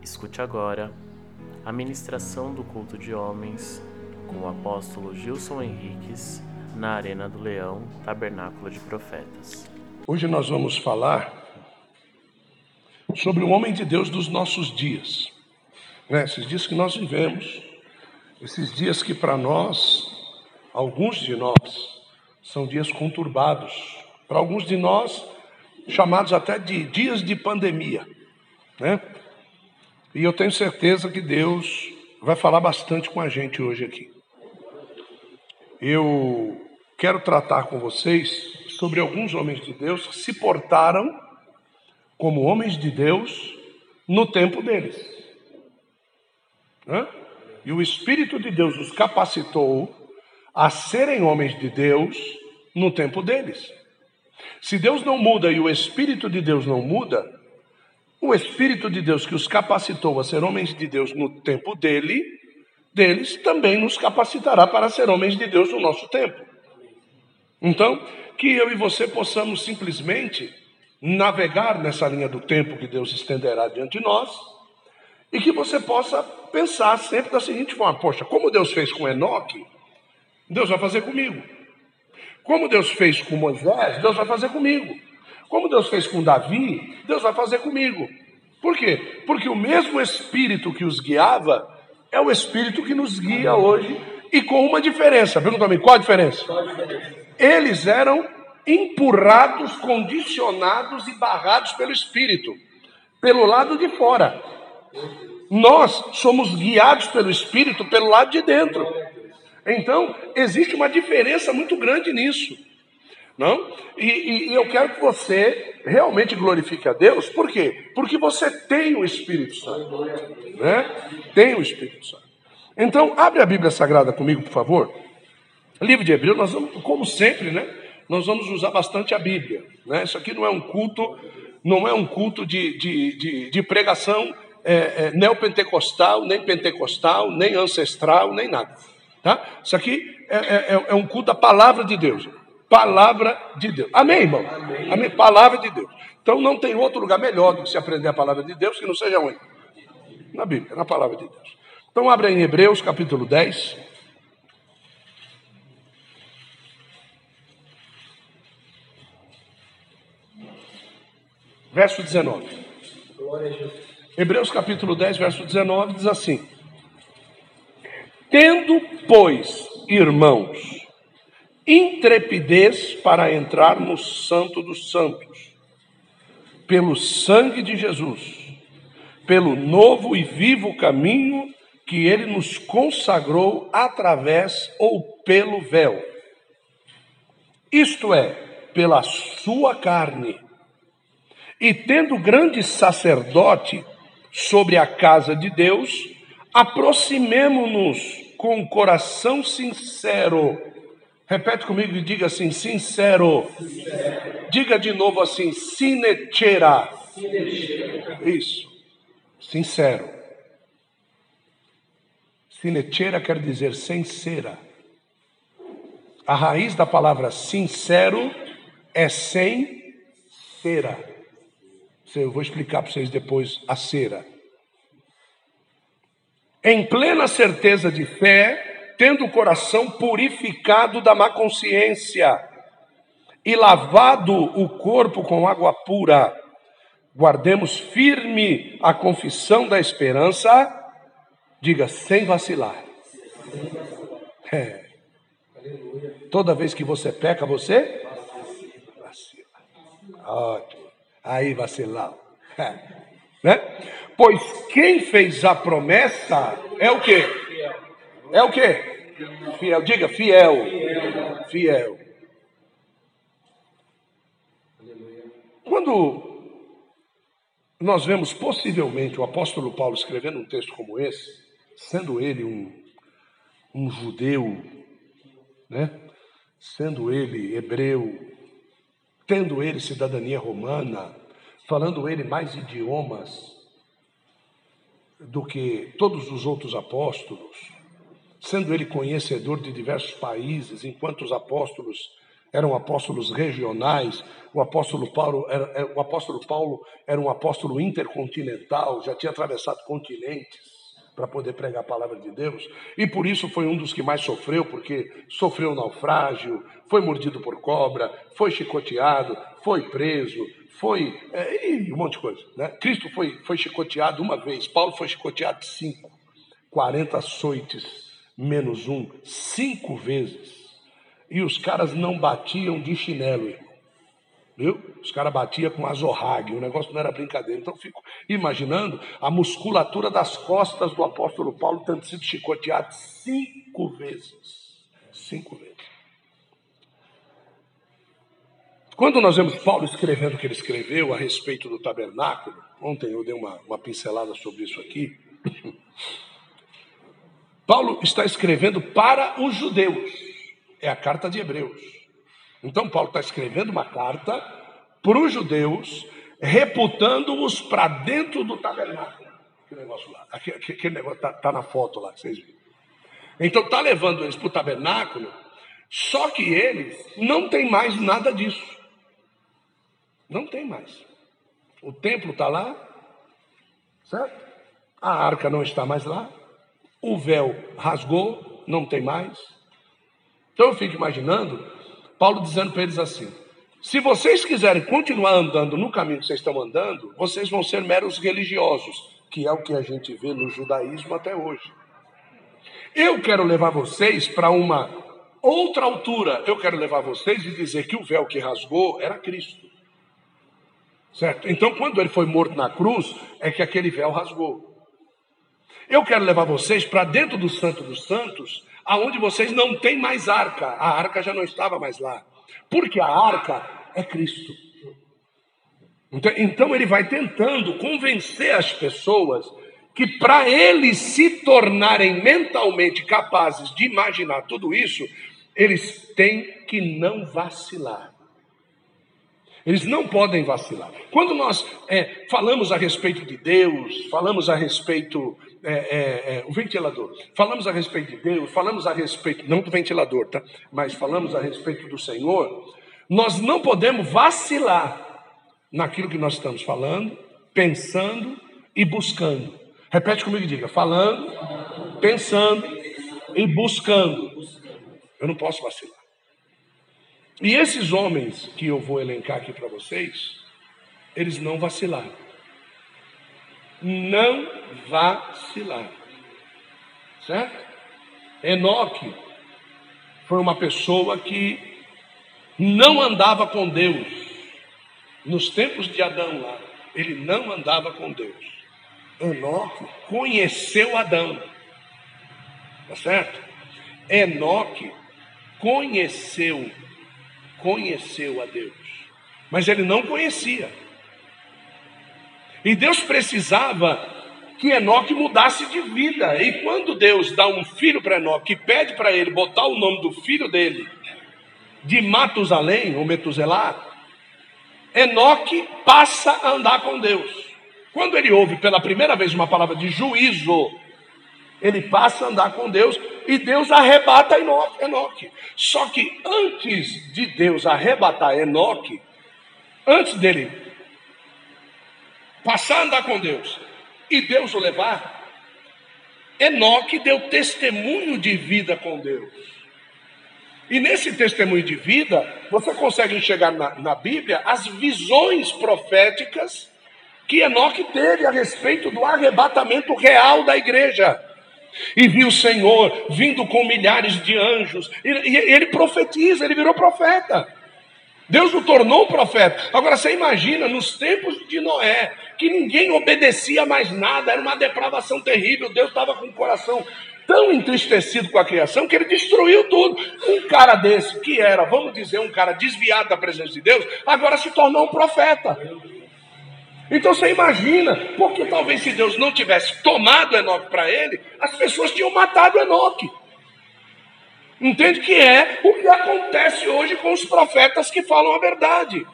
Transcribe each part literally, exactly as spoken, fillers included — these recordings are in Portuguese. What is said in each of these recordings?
Escute agora a ministração do culto de homens com o apóstolo Gilson Henriques na Arena do Leão, Tabernáculo de Profetas. Hoje nós vamos falar sobre o homem de Deus dos nossos dias, né? Esses dias que nós vivemos, esses dias que para nós, alguns de nós, são dias conturbados, para alguns de nós, chamados até de dias de pandemia, né? E eu tenho certeza que Deus vai falar bastante com a gente hoje aqui. Eu quero tratar com vocês sobre alguns homens de Deus que se portaram como homens de Deus no tempo deles, né? E o Espírito de Deus os capacitou a serem homens de Deus no tempo deles. Se Deus não muda e o Espírito de Deus não muda, o Espírito de Deus que os capacitou a ser homens de Deus no tempo dele, deles, também nos capacitará para ser homens de Deus no nosso tempo. Então, que eu e você possamos simplesmente navegar nessa linha do tempo que Deus estenderá diante de nós, e que você possa pensar sempre da seguinte forma: poxa, como Deus fez com Enoque, Deus vai fazer comigo. Como Deus fez com Moisés, Deus vai fazer comigo. Como Deus fez com Davi, Deus vai fazer comigo. Por quê? Porque o mesmo Espírito que os guiava é o Espírito que nos guia hoje, e com uma diferença. Pergunta para mim, qual a diferença? Qual a diferença? Eles eram empurrados, condicionados e barrados pelo Espírito, pelo lado de fora. Nós somos guiados pelo Espírito pelo lado de dentro. Então, existe uma diferença muito grande nisso. Não? E, e, e eu quero que você realmente glorifique a Deus. Por quê? Porque você tem o Espírito Santo, né? Tem o Espírito Santo. Então, abre a Bíblia Sagrada comigo, por favor. Livro de Hebreus, nós vamos, como sempre, né? Nós vamos usar bastante a Bíblia, né? Isso aqui não é um culto, não é um culto de, de, de, de pregação é, é, neopentecostal, nem pentecostal, nem ancestral, nem nada, tá? Isso aqui é, é, é um culto da palavra de Deus. Palavra de Deus. Amém, irmão? Amém. Amém. Palavra de Deus. Então não tem outro lugar melhor do que se aprender a palavra de Deus que não seja onde? Na Bíblia, na palavra de Deus. Então abre aí em Hebreus capítulo dez. Verso dezenove. Hebreus capítulo dez, verso dezenove diz assim: tendo, pois, irmãos, intrepidez para entrar no Santo dos Santos, pelo sangue de Jesus, pelo novo e vivo caminho que ele nos consagrou através ou pelo véu, isto é, pela sua carne, e tendo grande sacerdote sobre a casa de Deus, aproximemo-nos com o coração sincero. Repete comigo e diga assim: sincero. Sincero. Diga de novo assim: sinechera. Sinechera. Isso. Sincero. Sinechera quer dizer sem cera. A raiz da palavra sincero é sem cera. Eu vou explicar para vocês depois a cera. Em plena certeza de fé, tendo o coração purificado da má consciência e lavado o corpo com água pura, guardemos firme a confissão da esperança, diga, sem vacilar. É. Toda vez que você peca, você vacila. Ótimo. Aí vacilar. É. Né? Pois quem fez a promessa é o quê? É o quê? Fiel. Diga, fiel. Fiel. Quando nós vemos possivelmente o apóstolo Paulo escrevendo um texto como esse, sendo ele um, um judeu, né? Sendo ele hebreu, tendo ele cidadania romana, falando ele mais idiomas do que todos os outros apóstolos, sendo ele conhecedor de diversos países, enquanto os apóstolos eram apóstolos regionais. O apóstolo Paulo era, o apóstolo Paulo era um apóstolo intercontinental, já tinha atravessado continentes para poder pregar a palavra de Deus, e por isso foi um dos que mais sofreu, porque sofreu naufrágio, foi mordido por cobra, foi chicoteado, foi preso, foi é, e um monte de coisa, né? Cristo foi, foi chicoteado uma vez, Paulo foi chicoteado cinco, quarenta açoites menos um, cinco vezes, e os caras não batiam de chinelo, irmão. Viu? Os caras batiam com azorrague, o negócio não era brincadeira. Então eu fico imaginando a musculatura das costas do apóstolo Paulo tendo sido chicoteado cinco vezes. Cinco vezes. Quando nós vemos Paulo escrevendo o que ele escreveu a respeito do tabernáculo, ontem eu dei uma, uma pincelada sobre isso aqui, Paulo está escrevendo para os judeus, é a carta de Hebreus. Então Paulo está escrevendo uma carta para os judeus, reputando-os para dentro do tabernáculo. Aquele negócio lá, aquele, aquele negócio está tá na foto lá, que vocês viram. Então está levando eles para o tabernáculo, só que eles não têm mais nada disso. Não tem mais. O templo está lá, certo? A arca não está mais lá, o véu rasgou, não tem mais. Então eu fico imaginando Paulo dizendo para eles assim: se vocês quiserem continuar andando no caminho que vocês estão andando, vocês vão ser meros religiosos, que é o que a gente vê no judaísmo até hoje. Eu quero levar vocês para uma outra altura. Eu quero levar vocês e dizer que o véu que rasgou era Cristo. Certo? Então, quando ele foi morto na cruz, é que aquele véu rasgou. Eu quero levar vocês para dentro do Santo dos Santos, aonde vocês não têm mais arca. A arca já não estava mais lá. Porque a arca é Cristo. Então, então ele vai tentando convencer as pessoas que para eles se tornarem mentalmente capazes de imaginar tudo isso, eles têm que não vacilar. Eles não podem vacilar. Quando nós é, falamos a respeito de Deus, falamos a respeito... É, é, é, o ventilador. Falamos a respeito de Deus, falamos a respeito, não do ventilador, tá? Mas falamos a respeito do Senhor. Nós não podemos vacilar naquilo que nós estamos falando, pensando e buscando. Repete comigo e diga: falando, pensando e buscando. Eu não posso vacilar. E esses homens que eu vou elencar aqui para vocês, eles não vacilaram. Não vacilar, certo? Enoque foi uma pessoa que não andava com Deus. Nos tempos de Adão lá, ele não andava com Deus. Enoque conheceu Adão, tá certo? Enoque conheceu, conheceu a Deus, mas ele não conhecia. E Deus precisava que Enoque mudasse de vida. E quando Deus dá um filho para Enoque e pede para ele botar o nome do filho dele de Matusalém, ou Metuselá, Enoque passa a andar com Deus. Quando ele ouve pela primeira vez uma palavra de juízo, ele passa a andar com Deus e Deus arrebata Enoque. Só que antes de Deus arrebatar Enoque, antes dele passar a andar com Deus e Deus o levar, Enoque deu testemunho de vida com Deus. E nesse testemunho de vida, você consegue enxergar na, na Bíblia as visões proféticas que Enoque teve a respeito do arrebatamento real da igreja. E viu o Senhor vindo com milhares de anjos, e, e ele profetiza, ele virou profeta. Deus o tornou profeta. Agora você imagina, nos tempos de Noé, que ninguém obedecia mais nada, era uma depravação terrível. Deus estava com o coração tão entristecido com a criação que ele destruiu tudo. Um cara desse, que era, vamos dizer, um cara desviado da presença de Deus, agora se tornou um profeta. Então você imagina, porque talvez se Deus não tivesse tomado Enoque para ele, as pessoas tinham matado Enoque. Entende que é o que acontece hoje com os profetas que falam a verdade.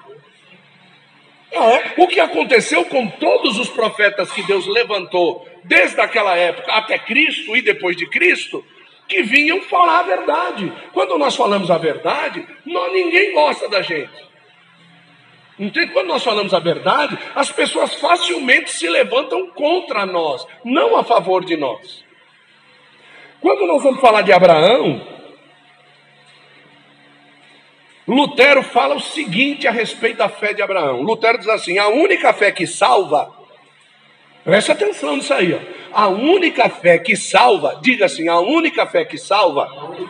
É o que aconteceu com todos os profetas que Deus levantou desde aquela época até Cristo e depois de Cristo, que vinham falar a verdade. Quando nós falamos a verdade, nós, ninguém gosta da gente. Entende? Quando nós falamos a verdade, as pessoas facilmente se levantam contra nós, não a favor de nós. Quando nós vamos falar de Abraão, Lutero fala o seguinte a respeito da fé de Abraão. Lutero diz assim: a única fé que salva, presta atenção nisso aí, ó. A única fé que salva, diga assim, a única fé que salva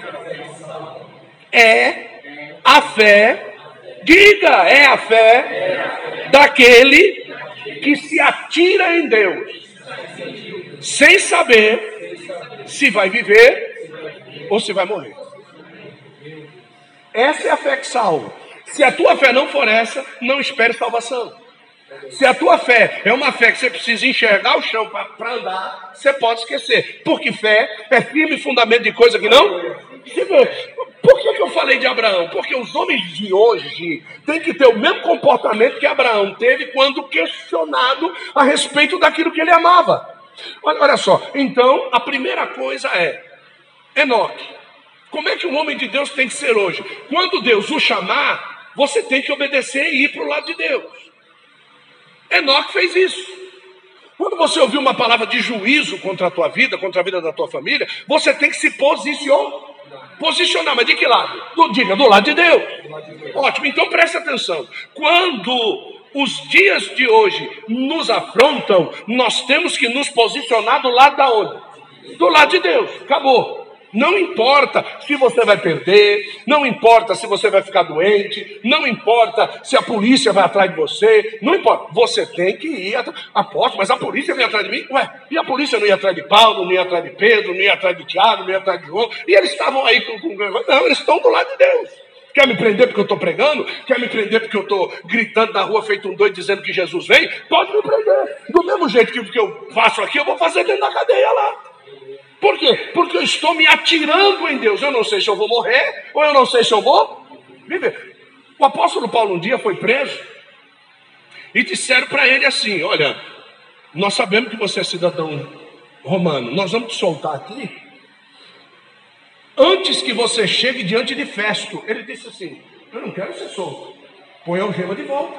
é a fé, diga, é a fé daquele que se atira em Deus, sem saber se vai viver ou se vai morrer. Essa é a fé que salva. Se a tua fé não for essa, não espere salvação. Se a tua fé é uma fé que você precisa enxergar o chão para andar, você pode esquecer. Porque fé é firme fundamento de coisa que não se vê. Por que, que eu falei de Abraão? Porque os homens de hoje têm que ter o mesmo comportamento que Abraão teve quando questionado a respeito daquilo que ele amava. Olha, olha só, então a primeira coisa é Enoque. Como é que um homem de Deus tem que ser hoje? Quando Deus o chamar, você tem que obedecer e ir para o lado de Deus. Enoque fez isso. Quando você ouvir uma palavra de juízo contra a tua vida, contra a vida da tua família, você tem que se posicionar. Posicionar, mas de que lado? Do, diga, do lado de Deus. Ótimo, então preste atenção. Quando os dias de hoje nos afrontam, nós temos que nos posicionar do lado da onde? Do lado de Deus. Acabou. Não importa se você vai perder, não importa se você vai ficar doente, não importa se a polícia vai atrás de você, não importa, você tem que ir atrás. Aposto, mas a polícia vem atrás de mim? Ué, e a polícia não ia atrás de Paulo, não ia atrás de Pedro, não ia atrás de Tiago, não ia atrás de João, e eles estavam aí com... com... Não, eles estão do lado de Deus. Quer me prender porque eu estou pregando? Quer me prender porque eu estou gritando na rua feito um doido dizendo que Jesus vem? Pode me prender. Do mesmo jeito que eu faço aqui, eu vou fazer dentro da cadeia lá. Por quê? Porque eu estou me atirando em Deus. Eu não sei se eu vou morrer ou eu não sei se eu vou viver. O apóstolo Paulo um dia foi preso e disseram para ele assim: olha, nós sabemos que você é cidadão romano, nós vamos te soltar aqui antes que você chegue diante de Festo. Ele disse assim: eu não quero ser solto, põe a algema de volta.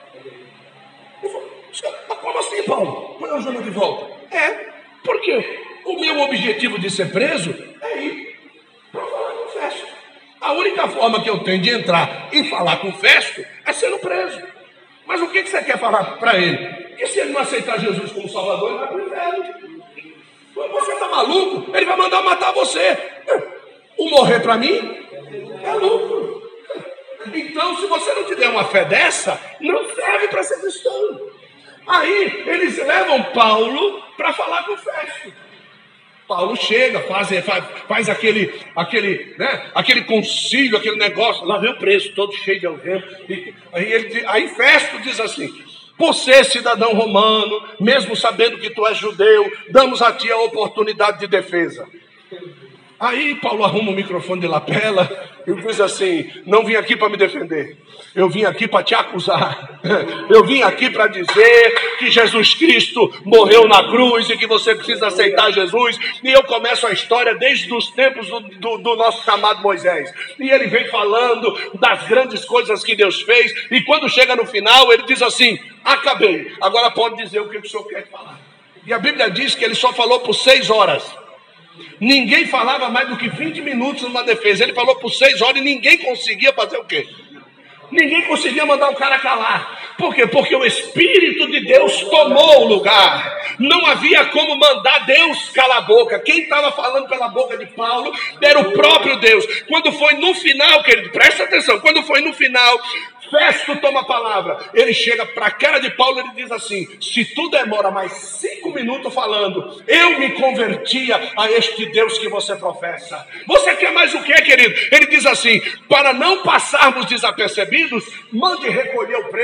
Eu falei: mas como assim, Paulo? Põe a algema de volta. É, por quê? O meu objetivo de ser preso é ir para falar com o Festo. A única forma que eu tenho de entrar e falar com o Festo é sendo preso. Mas o que você quer falar para ele? Que se ele não aceitar Jesus como Salvador, ele vai para o inferno. Você está maluco? Ele vai mandar matar você. O morrer para mim é lucro. Então, se você não tiver uma fé dessa, não serve para ser cristão. Aí, eles levam Paulo para falar com o Festo. Paulo chega, faz, faz, faz aquele, aquele, né, aquele concílio, aquele negócio, lá vem o preso, todo cheio de algema. Aí, ele, aí Festo diz assim: por ser cidadão romano, mesmo sabendo que tu és judeu, damos a ti a oportunidade de defesa. Aí Paulo arruma o microfone de lapela e diz assim: não vim aqui para me defender, eu vim aqui para te acusar. Eu vim aqui para dizer que Jesus Cristo morreu na cruz e que você precisa aceitar Jesus. E eu começo a história desde os tempos do, do, do nosso chamado Moisés. E ele vem falando das grandes coisas que Deus fez. E quando chega no final, ele diz assim: acabei, agora pode dizer o que o senhor quer falar. E a Bíblia diz que ele só falou por seis horas. Ninguém falava mais do que vinte minutos numa defesa. Ele falou por seis horas e ninguém conseguia fazer o quê? Ninguém conseguia mandar o cara calar. Por quê? Porque o Espírito de Deus tomou o lugar. Não havia como mandar Deus calar a boca. Quem estava falando pela boca de Paulo era o próprio Deus. Quando foi no final, querido, presta atenção, quando foi no final, Festo toma a palavra. Ele chega para a cara de Paulo e ele diz assim: se tu demora mais cinco minutos falando, eu me convertia a este Deus que você professa. Você quer mais o que, querido? Ele diz assim: para não passarmos desapercebidos, mande recolher o preso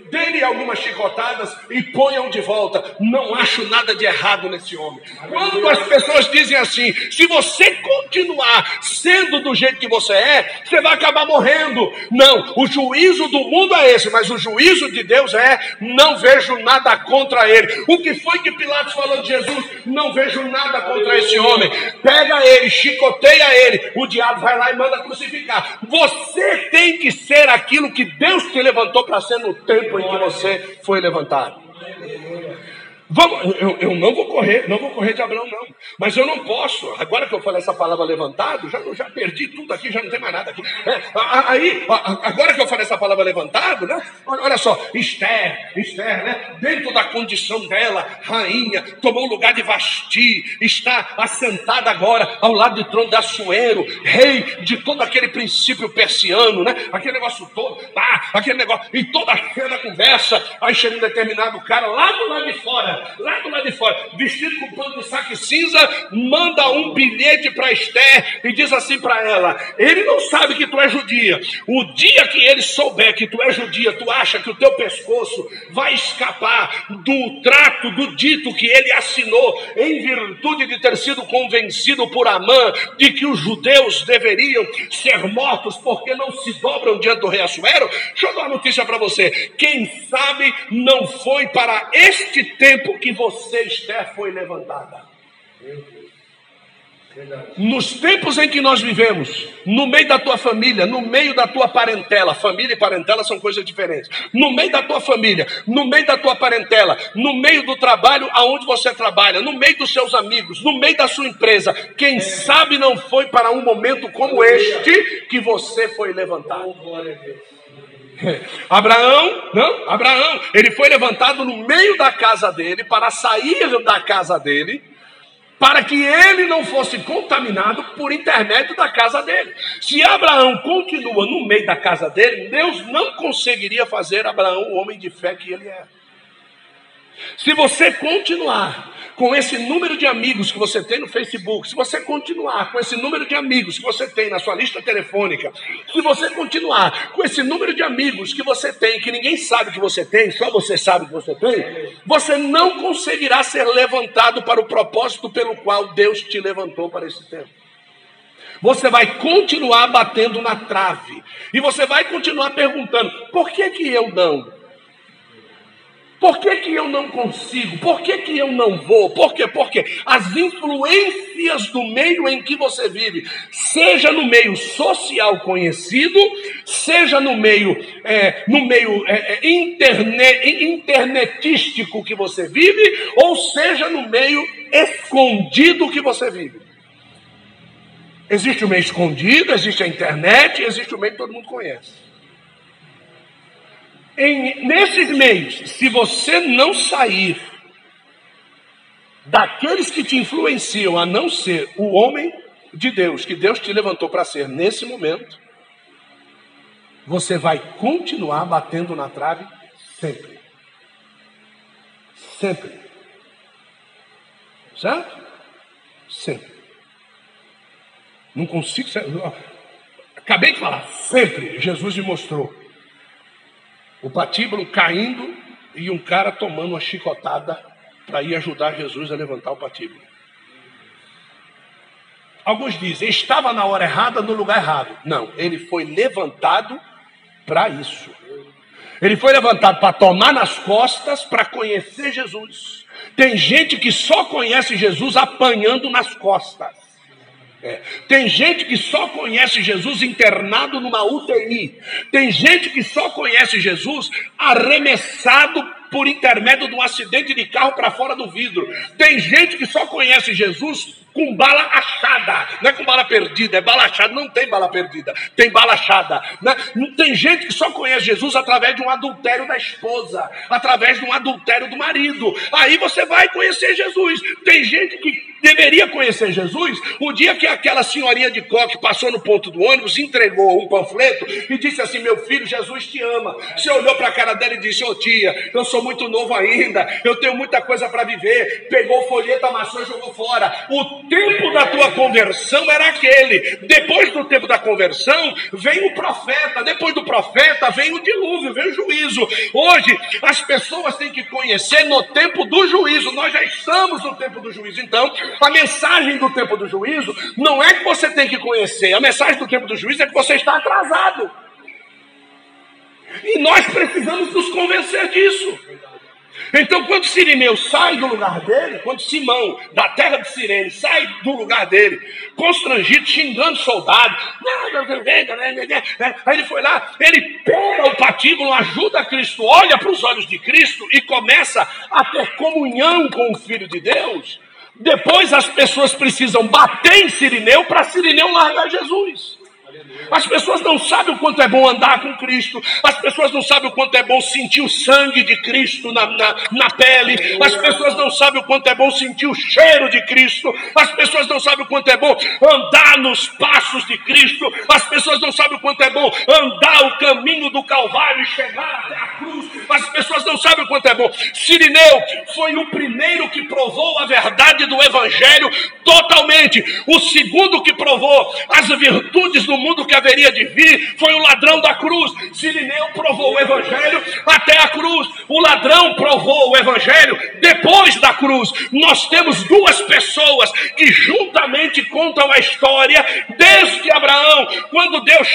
dê-lhe algumas chicotadas e ponham de volta. Não acho nada de errado nesse homem. Quando as pessoas dizem assim, se você continuar sendo do jeito que você é, você vai acabar morrendo. Não, o juízo do mundo é esse, mas o juízo de Deus é, não vejo nada contra ele. O que foi que Pilatos falou de Jesus? Não vejo nada contra esse homem. Pega ele, chicoteia ele, o diabo vai lá e manda crucificar. Você tem que ser aquilo que Deus te levantou para ser no tempo em que você foi levantado. Vamos, eu, eu não vou correr, não vou correr de Abraão, não. Mas eu não posso. Agora que eu falei essa palavra levantado, já, já perdi tudo aqui, já não tem mais nada aqui. É, aí, agora que eu falei essa palavra levantado, né? Olha só, Esther, Esther, né? Dentro da condição dela, rainha, tomou o lugar de Vasti, está assentada agora ao lado do trono de Assuero, rei de todo aquele princípio persiano, né? Aquele negócio todo, ah, aquele negócio, e toda cheia da conversa. Aí chega um determinado cara lá do lado de fora. Lá do lado de fora, vestido com pano de saco cinza, manda um bilhete para Esther e diz assim para ela: ele não sabe que tu é judia. O dia que ele souber que tu é judia, tu acha que o teu pescoço vai escapar do trato, do dito que ele assinou em virtude de ter sido convencido por Amã de que os judeus deveriam ser mortos porque não se dobram diante do rei Assuero? Deixa eu dar uma notícia para você. Quem sabe não foi para este tempo que você, Esther, foi levantada. Nos tempos em que nós vivemos, no meio da tua família, no meio da tua parentela, família e parentela são coisas diferentes, no meio da tua família, no meio da tua parentela, no meio do trabalho aonde você trabalha, no meio dos seus amigos, no meio da sua empresa, quem sabe não foi para um momento como este que você foi levantado. Abraão, não, Abraão, ele foi levantado no meio da casa dele, para sair da casa dele, para que ele não fosse contaminado por intermédio da casa dele. Se Abraão continua no meio da casa dele, Deus não conseguiria fazer Abraão o homem de fé que ele é. Se você continuar com esse número de amigos que você tem no Facebook, se você continuar com esse número de amigos que você tem na sua lista telefônica, se você continuar com esse número de amigos que você tem, que ninguém sabe que você tem, só você sabe que você tem, você não conseguirá ser levantado para o propósito pelo qual Deus te levantou para esse tempo. Você vai continuar batendo na trave e você vai continuar perguntando: por que que eu não? Por que que eu não consigo? Por que que eu não vou? Por quê? Porque as influências do meio em que você vive, seja no meio social conhecido, seja no meio, é, no meio é, internet, internetístico que você vive, ou seja no meio escondido que você vive. Existe o meio escondido, existe a internet, existe o meio que todo mundo conhece. Em, nesses meios, se você não sair daqueles que te influenciam a não ser o homem de Deus, que Deus te levantou para ser nesse momento, você vai continuar batendo na trave sempre. Sempre. Certo? Sempre. Não consigo... Acabei de falar, sempre Jesus me mostrou o patíbulo caindo e um cara tomando uma chicotada para ir ajudar Jesus a levantar o patíbulo. Alguns dizem, estava na hora errada, no lugar errado. Não, ele foi levantado para isso. Ele foi levantado para tomar nas costas, para conhecer Jesus. Tem gente que só conhece Jesus apanhando nas costas. É. Tem gente que só conhece Jesus internado numa U T I. Tem gente que só conhece Jesus arremessado por intermédio de um acidente de carro para fora do vidro. Tem gente que só conhece Jesus com bala achada. Não é com bala perdida, é bala achada. Não tem bala perdida, tem bala achada. Né? Tem gente que só conhece Jesus através de um adultério da esposa, através de um adultério do marido. Aí você vai conhecer Jesus. Tem gente que deveria conhecer Jesus o dia que aquela senhorinha de coque passou no ponto do ônibus, entregou um panfleto e disse assim: meu filho, Jesus te ama. Você olhou para a cara dela e disse: ô tia, eu sou muito novo ainda, eu tenho muita coisa para viver. Pegou o folheto, amassou e jogou fora. O tempo da tua conversão era aquele. Depois do tempo da conversão, vem o profeta. Depois do profeta, vem o dilúvio, vem o juízo. Hoje, as pessoas têm que conhecer no tempo do juízo. Nós já estamos no tempo do juízo. Então, a mensagem do tempo do juízo não é que você tem que conhecer. A mensagem do tempo do juízo é que você está atrasado. E nós precisamos nos convencer disso. Então, quando Cirineu sai do lugar dele, quando Simão, da terra de Cirene, sai do lugar dele, constrangido, xingando soldado, aí ele foi lá, ele pega o patíbulo, ajuda Cristo, olha para os olhos de Cristo e começa a ter comunhão com o Filho de Deus. Depois as pessoas precisam bater em Cirineu para Cirineu largar Jesus. As pessoas não sabem o quanto é bom andar com Cristo. As pessoas não sabem o quanto é bom sentir o sangue de Cristo na, na, na pele. As pessoas não sabem o quanto é bom sentir o cheiro de Cristo. As pessoas não sabem o quanto é bom andar nos passos de Cristo. As pessoas não sabem o quanto é bom andar o caminho do Calvário e chegar até a cruz. As pessoas não sabem o quanto é bom. Cirineu foi o primeiro que provou a verdade do Evangelho totalmente. O segundo que provou as virtudes do mundo que haveria de vir foi o ladrão da cruz. Cirineu provou o Evangelho até a cruz. O ladrão provou o Evangelho depois da cruz. Nós temos duas pessoas que juntamente contam a história desde Abraão. Quando Deus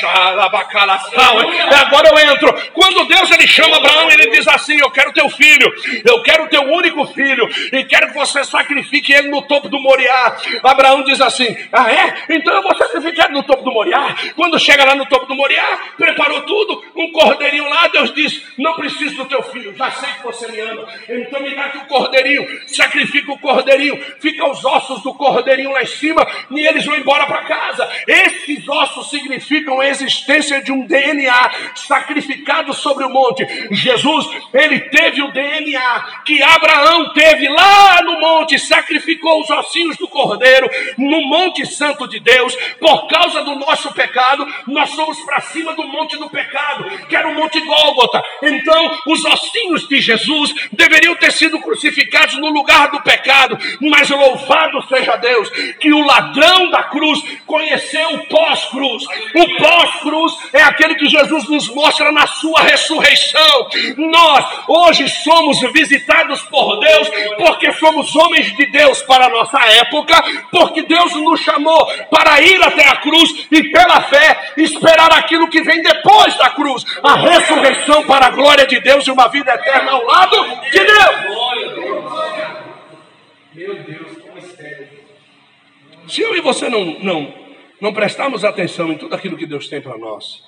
agora eu entro. Quando Deus ele chama Abraão, ele diz assim: eu quero teu filho, eu quero teu único filho e quero que você sacrifique ele no topo do Moriá. Abraão diz assim: ah é? Então eu vou sacrificar ele no topo do Moriá. Quando chega lá no topo do Moriá, preparou tudo, um cordeirinho lá, Deus diz: não preciso do teu filho, já sei que você me ama, então me dá aqui o cordeirinho, sacrifica o cordeirinho, fica os ossos do cordeirinho lá em cima e eles vão embora para casa. Esses ossos significam a existência de um D N A sacrificado sobre o monte. Jesus, ele teve o D N A que Abraão teve lá no monte, sacrificou os ossinhos do cordeiro no Monte Santo de Deus. Por causa do nosso pecado, nós somos para cima do monte do pecado, que era o Monte Gólgota. Então, os ossinhos de Jesus deveriam ter sido crucificados no lugar do pecado, mas louvado seja Deus, que o ladrão da cruz conheceu o pós-cruz. O pós-cruz é aquele que Jesus nos mostra na sua ressurreição. Nós, hoje, somos visitados por Deus, porque somos homens de Deus para a nossa época, porque Deus nos chamou para ir até a cruz e pela fé esperar aquilo que vem depois da cruz, a ressurreição para a glória de Deus e uma vida eterna ao lado de Deus. Meu Deus, como é sério. Se eu e você não, não, não prestarmos atenção em tudo aquilo que Deus tem para nós,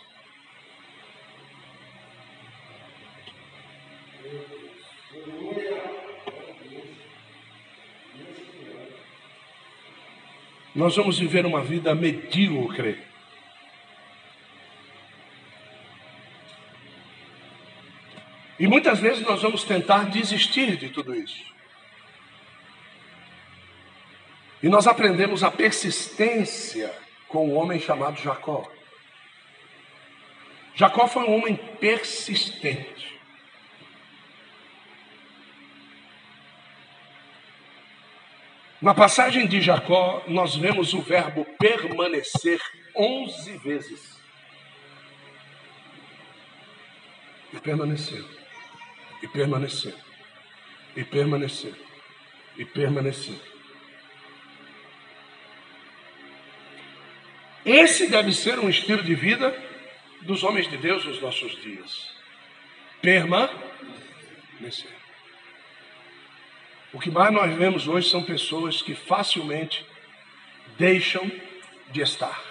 nós vamos viver uma vida medíocre. E muitas vezes nós vamos tentar desistir de tudo isso. E nós aprendemos a persistência com um homem chamado Jacó. Jacó foi um homem persistente. Na passagem de Jacó, nós vemos o verbo permanecer onze vezes. E permaneceu, e permaneceu, e permaneceu, e permaneceu. Esse deve ser um estilo de vida dos homens de Deus nos nossos dias. Permanecer. O que mais nós vemos hoje são pessoas que facilmente deixam de estar.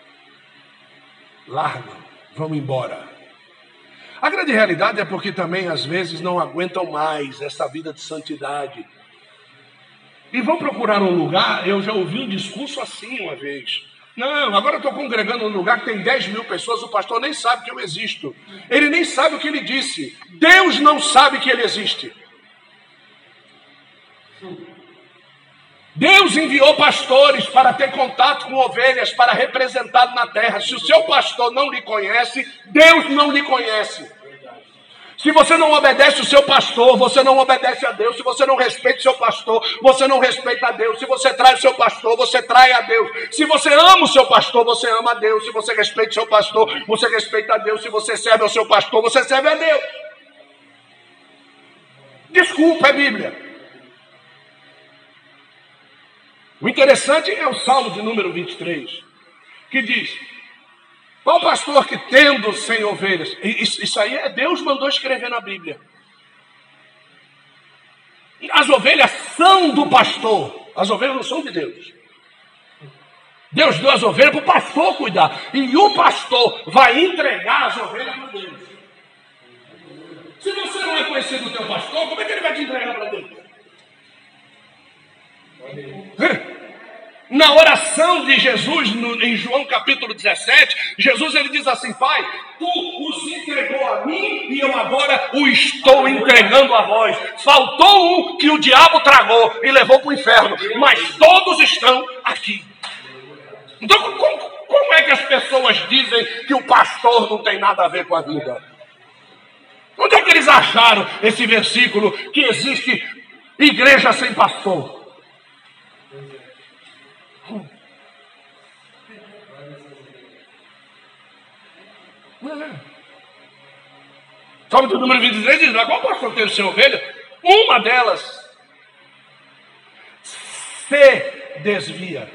Largam, vão embora. A grande realidade é porque também às vezes não aguentam mais essa vida de santidade. E vão procurar um lugar. Eu já ouvi um discurso assim uma vez. Não, agora eu estou congregando num lugar que tem dez mil pessoas, o pastor nem sabe que eu existo. Ele nem sabe o que ele disse. Deus não sabe que ele existe. Deus enviou pastores para ter contato com ovelhas, para representá-lo na terra. Se o seu pastor não lhe conhece, Deus não lhe conhece. Se você não obedece o seu pastor, você não obedece a Deus. Se você não respeita o seu pastor, você não respeita a Deus. Se você trai o seu pastor, você trai a Deus. Se você ama o seu pastor, você ama a Deus. Se você respeita o seu pastor, você respeita a Deus. Se você serve ao seu pastor, você serve a Deus. Desculpa, é Bíblia. O interessante é o Salmo de número vinte e três, que diz: qual pastor que tendo cem ovelhas? Isso, isso aí é Deus mandou escrever na Bíblia. As ovelhas são do pastor. As ovelhas não são de Deus. Deus deu as ovelhas para o pastor cuidar. E o pastor vai entregar as ovelhas para Deus. Se você não é conhecido do teu pastor, como é que ele vai te entregar para Deus? Na oração de Jesus, no, em João capítulo dezessete, Jesus ele diz assim: Pai, tu os entregou a mim e eu agora o estou entregando a vós. Faltou um que o diabo tragou e levou para o inferno, mas todos estão aqui. Então como, como é que as pessoas dizem que o pastor não tem nada a ver com a vida? Onde é que eles acharam esse versículo que existe igreja sem pastor? Salmo do número vinte e três diz: qual pastor tem o seu ovelha? Uma delas se desvia.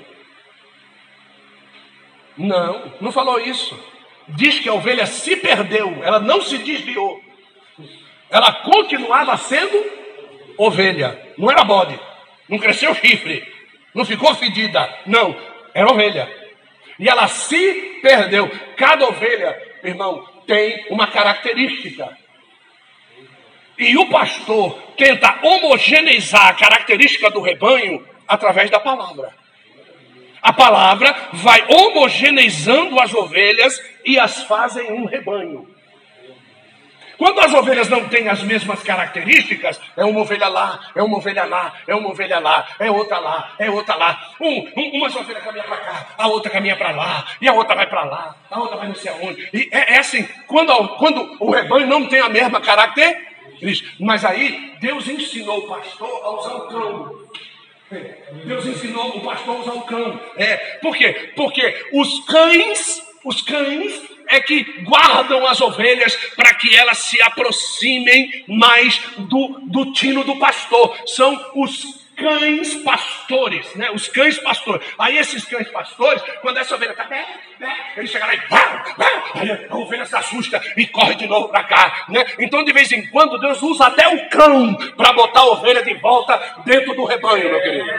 Não, não falou isso. Diz que a ovelha se perdeu, ela não se desviou. Ela continuava sendo ovelha, não era bode, não cresceu chifre, não ficou fedida, não, era ovelha. E ela se perdeu. Cada ovelha, irmão, tem uma característica. E o pastor tenta homogeneizar a característica do rebanho através da palavra. A palavra vai homogeneizando as ovelhas e as fazem um rebanho. Quando as ovelhas não têm as mesmas características, é uma ovelha lá, é uma ovelha lá, é uma ovelha lá, é outra lá, é outra lá. Um, um, uma ovelha caminha para cá, a outra caminha para lá, e a outra vai para lá, a outra vai não sei aonde. E é, é assim, quando, quando o rebanho não tem a mesma característica. Mas aí Deus ensinou o pastor a usar o cão. Deus ensinou o pastor a usar o cão. É, por quê? Porque os cães, os cães é que guardam as ovelhas para que elas se aproximem mais do, do tino do pastor. São os cães pastores, né? Os cães pastores. Aí esses cães pastores, quando essa ovelha está bem, ele chega lá e bah, bah, aí a ovelha se assusta e corre de novo para cá, né? Então de vez em quando Deus usa até o cão para botar a ovelha de volta dentro do rebanho, meu querido.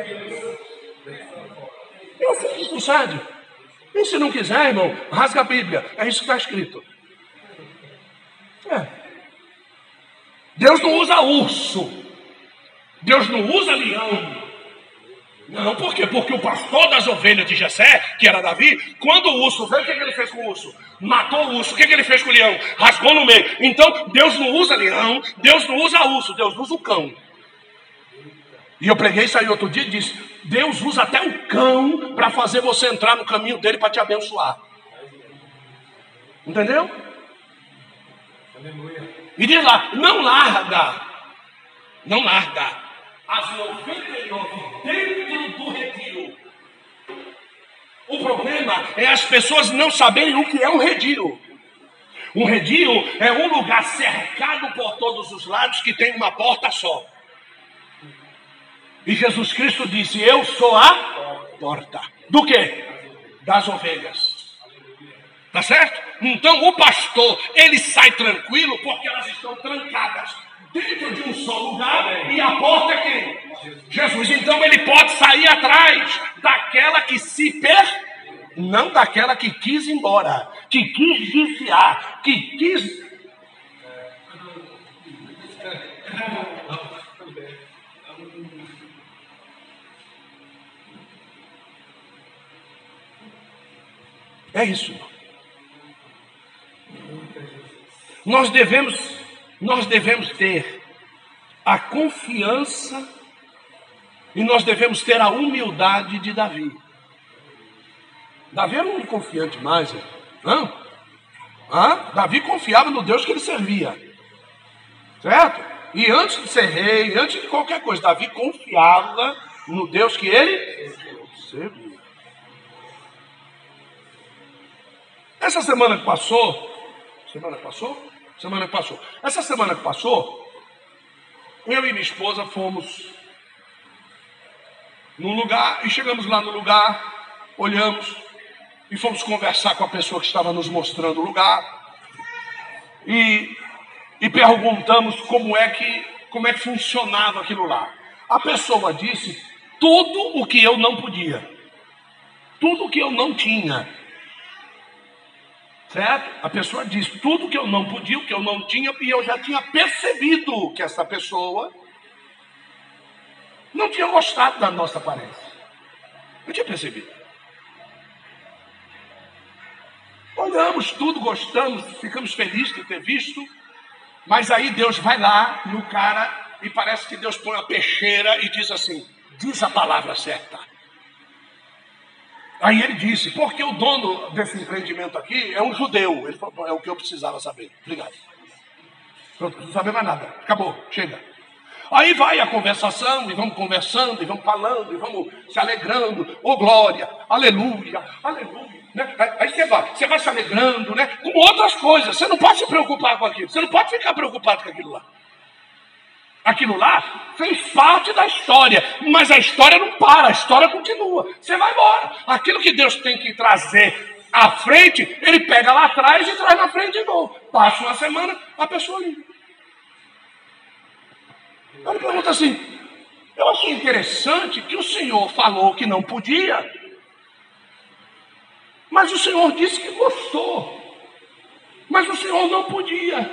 Eu fico expulsado. E se não quiser, irmão, rasga a Bíblia. É isso que está escrito. É. Deus não usa urso. Deus não usa leão. Não, por quê? Porque o pastor das ovelhas de Jessé, que era Davi, quando o urso veio, o que, que ele fez com o urso? Matou o urso. O que, que ele fez com o leão? Rasgou no meio. Então, Deus não usa leão, Deus não usa urso, Deus usa o cão. E eu preguei isso aí outro dia e disse: Deus usa até o cão para fazer você entrar no caminho dele para te abençoar. Entendeu? E diz lá: não larga, não larga as noventa e nove dentro do redil. O problema é as pessoas não saberem o que é um redil. Um redil é um lugar cercado por todos os lados que tem uma porta só. E Jesus Cristo disse: eu sou a porta. Do quê? Das ovelhas. Tá certo? Então o pastor, ele sai tranquilo porque elas estão trancadas dentro de um só lugar. E a porta é quem? Jesus. Então ele pode sair atrás daquela que se per... não daquela que quis ir embora, que quis desviar, que quis... É isso. Nós devemos, nós devemos ter a confiança e nós devemos ter a humildade de Davi. Davi era um confiante mais, não? Ah, Davi confiava no Deus que ele servia. Certo? E antes de ser rei, antes de qualquer coisa, Davi confiava no Deus que ele servia. Essa semana que passou, semana que passou? Semana que passou. Essa semana que passou, eu e minha esposa fomos num lugar, e chegamos lá no lugar, olhamos e fomos conversar com a pessoa que estava nos mostrando o lugar e, e perguntamos como é, que, como é que funcionava aquilo lá. A pessoa disse tudo o que eu não podia, tudo o que eu não tinha, certo? A pessoa disse tudo o que eu não podia, o que eu não tinha, e eu já tinha percebido que essa pessoa não tinha gostado da nossa aparência. Eu tinha percebido. Olhamos tudo, gostamos, ficamos felizes de ter visto. Mas aí Deus vai lá no cara e parece que Deus põe a peixeira e diz assim, diz a palavra certa. Aí ele disse, porque o dono desse empreendimento aqui é um judeu. Ele falou, é o que eu precisava saber. Obrigado. Não preciso saber mais nada. Acabou, chega. Aí vai a conversação, e vamos conversando, e vamos falando, e vamos se alegrando. Ô glória, aleluia, aleluia. Né? Aí você vai, você vai se alegrando, né? Com outras coisas. Você não pode se preocupar com aquilo. Você não pode ficar preocupado com aquilo lá. Aquilo lá fez parte da história. Mas a história não para, a história continua. Você vai embora. Aquilo que Deus tem que trazer à frente, Ele pega lá atrás e traz na frente de novo. Passa uma semana, a pessoa liga. Ele pergunta assim, eu achei interessante que o Senhor falou que não podia, mas o Senhor disse que gostou, mas o Senhor não podia.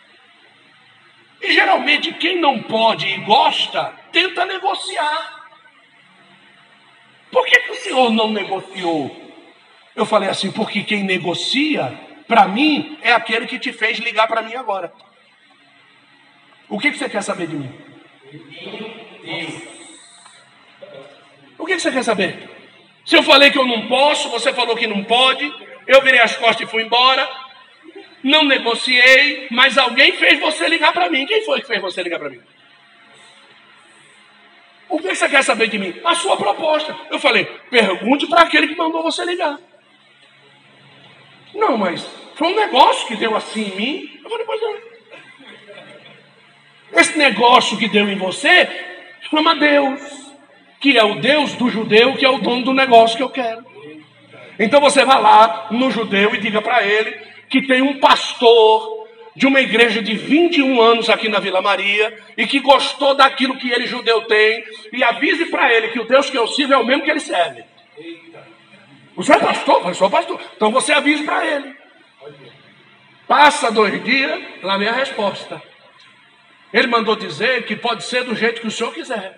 E geralmente quem não pode e gosta, tenta negociar. Por que que o Senhor não negociou? Eu falei assim, porque quem negocia, para mim, é aquele que te fez ligar para mim agora. O que que você quer saber de mim? O que você quer saber? Se eu falei que eu não posso, você falou que não pode, eu virei as costas e fui embora, não negociei, mas alguém fez você ligar para mim. Quem foi que fez você ligar para mim? O que você quer saber de mim? A sua proposta. Eu falei, pergunte para aquele que mandou você ligar. Não, mas foi um negócio que deu assim em mim. Eu falei, pois é. Esse negócio que deu em você chama Deus, que é o Deus do judeu, que é o dono do negócio que eu quero. Então você vai lá no judeu e diga para ele que tem um pastor de uma igreja de vinte e um anos aqui na Vila Maria e que gostou daquilo que ele judeu tem, e avise para ele que o Deus que eu sirvo é o mesmo que ele serve. Você é pastor? Eu sou pastor. Então você avise para ele. Passa dois dias, lá vem a resposta. Ele mandou dizer que pode ser do jeito que o senhor quiser.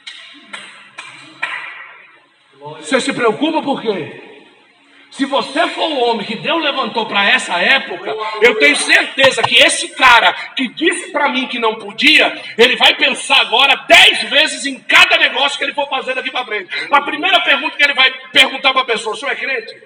Você se preocupa por quê? Se você for o homem que Deus levantou para essa época, eu tenho certeza que esse cara que disse para mim que não podia, ele vai pensar agora dez vezes em cada negócio que ele for fazer daqui para frente. A primeira pergunta que ele vai perguntar para a pessoa, o senhor é crente?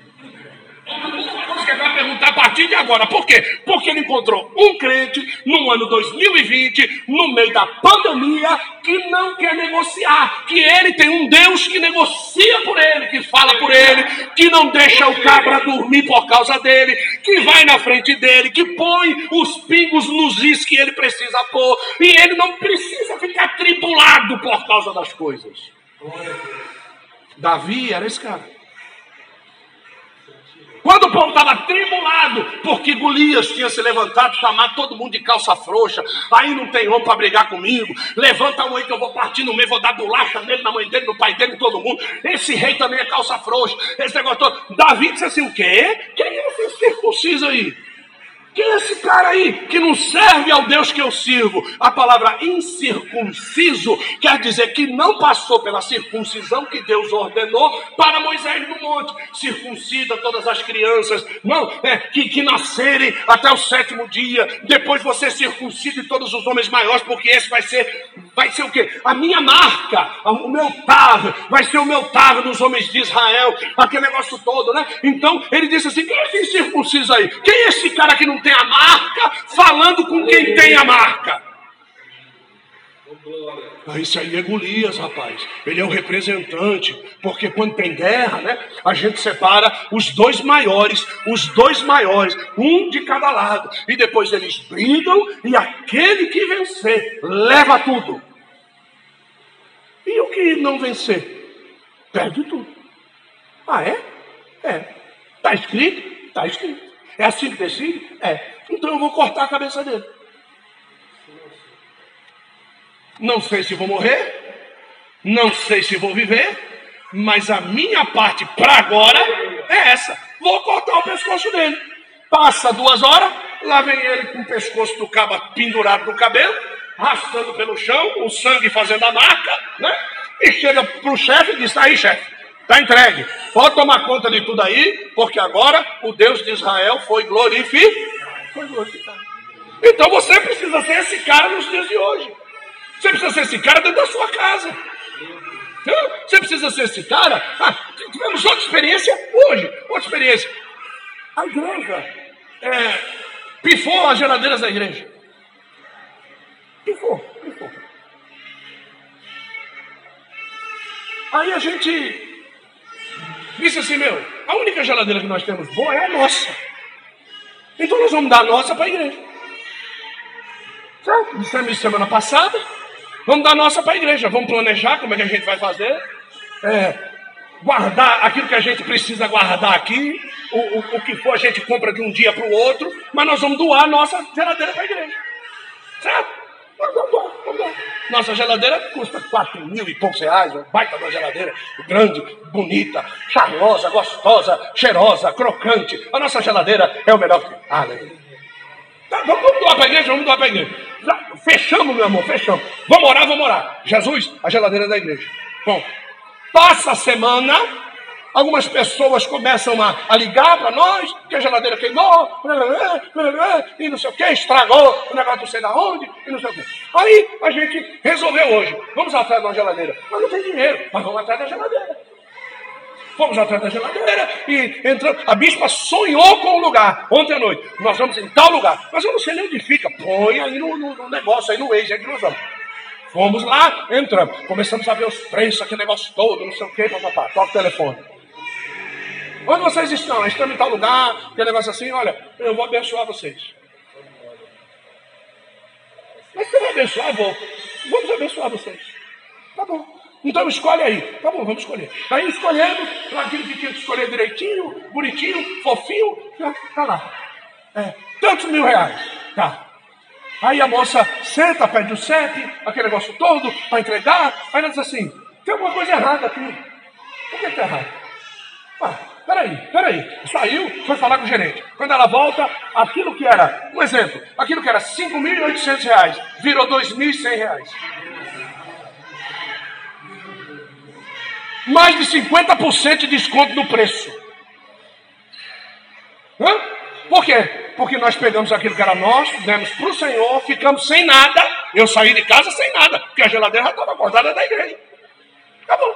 Você vai perguntar a partir de agora. Por quê? Porque ele encontrou um crente no ano dois mil e vinte, no meio da pandemia, que não quer negociar, que ele tem um Deus que negocia por ele, que fala por ele, que não deixa o cabra dormir por causa dele, que vai na frente dele, que põe os pingos nos is que ele precisa pôr, e ele não precisa ficar tribulado por causa das coisas. Davi era esse cara. Quando o povo estava tribulado, porque Golias tinha se levantado, chamado todo mundo de calça frouxa, aí não tem homem para brigar comigo, levanta a mãe que eu vou partir no meio, vou dar bolacha nele, na mãe dele, no pai dele, todo mundo, esse rei também é calça frouxa, esse negócio todo. Davi disse assim, o quê? Quem é esse circunciso aí? Quem é esse cara aí que não serve ao Deus que eu sirvo? A palavra incircunciso quer dizer que não passou pela circuncisão que Deus ordenou para Moisés no monte. Circuncida todas as crianças, não, é, que, que nascerem até o sétimo dia. Depois você circuncide todos os homens maiores, porque esse vai ser, vai ser o quê? A minha marca, o meu Tav, vai ser o meu Tav dos homens de Israel, aquele negócio todo, né? Então ele disse assim: quem é esse incircunciso aí? Quem é esse cara que não tem a marca, falando com quem tem a marca? Ah, isso aí é Golias, rapaz. Ele é o representante, porque quando tem guerra, né, a gente separa os dois maiores, os dois maiores, um de cada lado, e depois eles brigam, e aquele que vencer leva tudo. E o que não vencer perde tudo. Ah, é? É. Está escrito? Está escrito. É assim que decide? É. Então eu vou cortar a cabeça dele. Não sei se vou morrer, não sei se vou viver, mas a minha parte para agora é essa. Vou cortar o pescoço dele. Passa duas horas, lá vem ele com o pescoço do cabo pendurado no cabelo, arrastando pelo chão, o sangue fazendo a marca, né? E chega para o chefe e diz: aí, chefe, está entregue. Pode tomar conta de tudo aí, porque agora o Deus de Israel foi glorificado. Foi glorificado. Então você precisa ser esse cara nos dias de hoje. Você precisa ser esse cara dentro da sua casa. Você precisa ser esse cara. Ah, tivemos outra experiência hoje. Outra experiência. A igreja é, pifou as geladeiras da igreja. Pifou, pifou. Aí a gente disse assim: meu, a única geladeira que nós temos boa é a nossa. Então nós vamos dar a nossa para a igreja. Certo? Dissemos isso semana passada. Vamos dar a nossa para a igreja. Vamos planejar como é que a gente vai fazer. É, guardar aquilo que a gente precisa guardar aqui. O, o, o que for a gente compra de um dia para o outro. Mas nós vamos doar a nossa geladeira para a igreja. Certo? Nós vamos doar, vamos doar. Nossa geladeira custa quatro mil e poucos reais. Uma baita da geladeira. Grande, bonita, charmosa, gostosa, cheirosa, crocante. A nossa geladeira é o melhor que tem. Aleluia. Tá, vamos doar para a igreja, vamos doar para a igreja. Já, fechamos, meu amor, fechamos. Vamos orar, vamos orar. Jesus, a geladeira da igreja. Bom, passa a semana, algumas pessoas começam a, a ligar para nós, que a geladeira queimou, e não sei o que, estragou o negócio não sei da onde, e não sei o que. Aí a gente resolveu hoje, vamos atrás de uma geladeira. Mas não tem dinheiro, mas vamos atrás da geladeira. Fomos atrás da geladeira e entramos. A bispa sonhou com o lugar ontem à noite. Nós vamos em tal lugar. Mas eu não sei nem onde fica. Põe aí no, no, no negócio, aí no Waze, aí que nós vamos. Fomos lá, entramos. Começamos a ver os preços, aquele negócio todo, não sei o que, papapá. Toca o telefone. Onde vocês estão? Estamos em tal lugar, aquele negócio assim. Olha, eu vou abençoar vocês. Mas você vai abençoar? Vou. Vamos abençoar vocês. Tá bom. Então escolhe aí. Tá bom, vamos escolher. Aí escolhemos aquilo que tinha que escolher direitinho, bonitinho, fofinho. Já tá lá. É, tantos mil reais. Tá. Aí a moça senta, pede o C E P, aquele negócio todo, para entregar. Aí ela diz assim: tem alguma coisa errada aqui. Por que tá errado? Ah, peraí, peraí. Saiu, foi falar com o gerente. Quando ela volta, aquilo que era, um exemplo, aquilo que era cinco mil e oitocentos reais, virou dois mil e cem reais. Mais de cinquenta por cento de desconto no preço. Hã? Por quê? Porque nós pegamos aquilo que era nosso, demos para o Senhor, ficamos sem nada. Eu saí de casa sem nada, porque a geladeira já estava acordada da igreja. Acabou.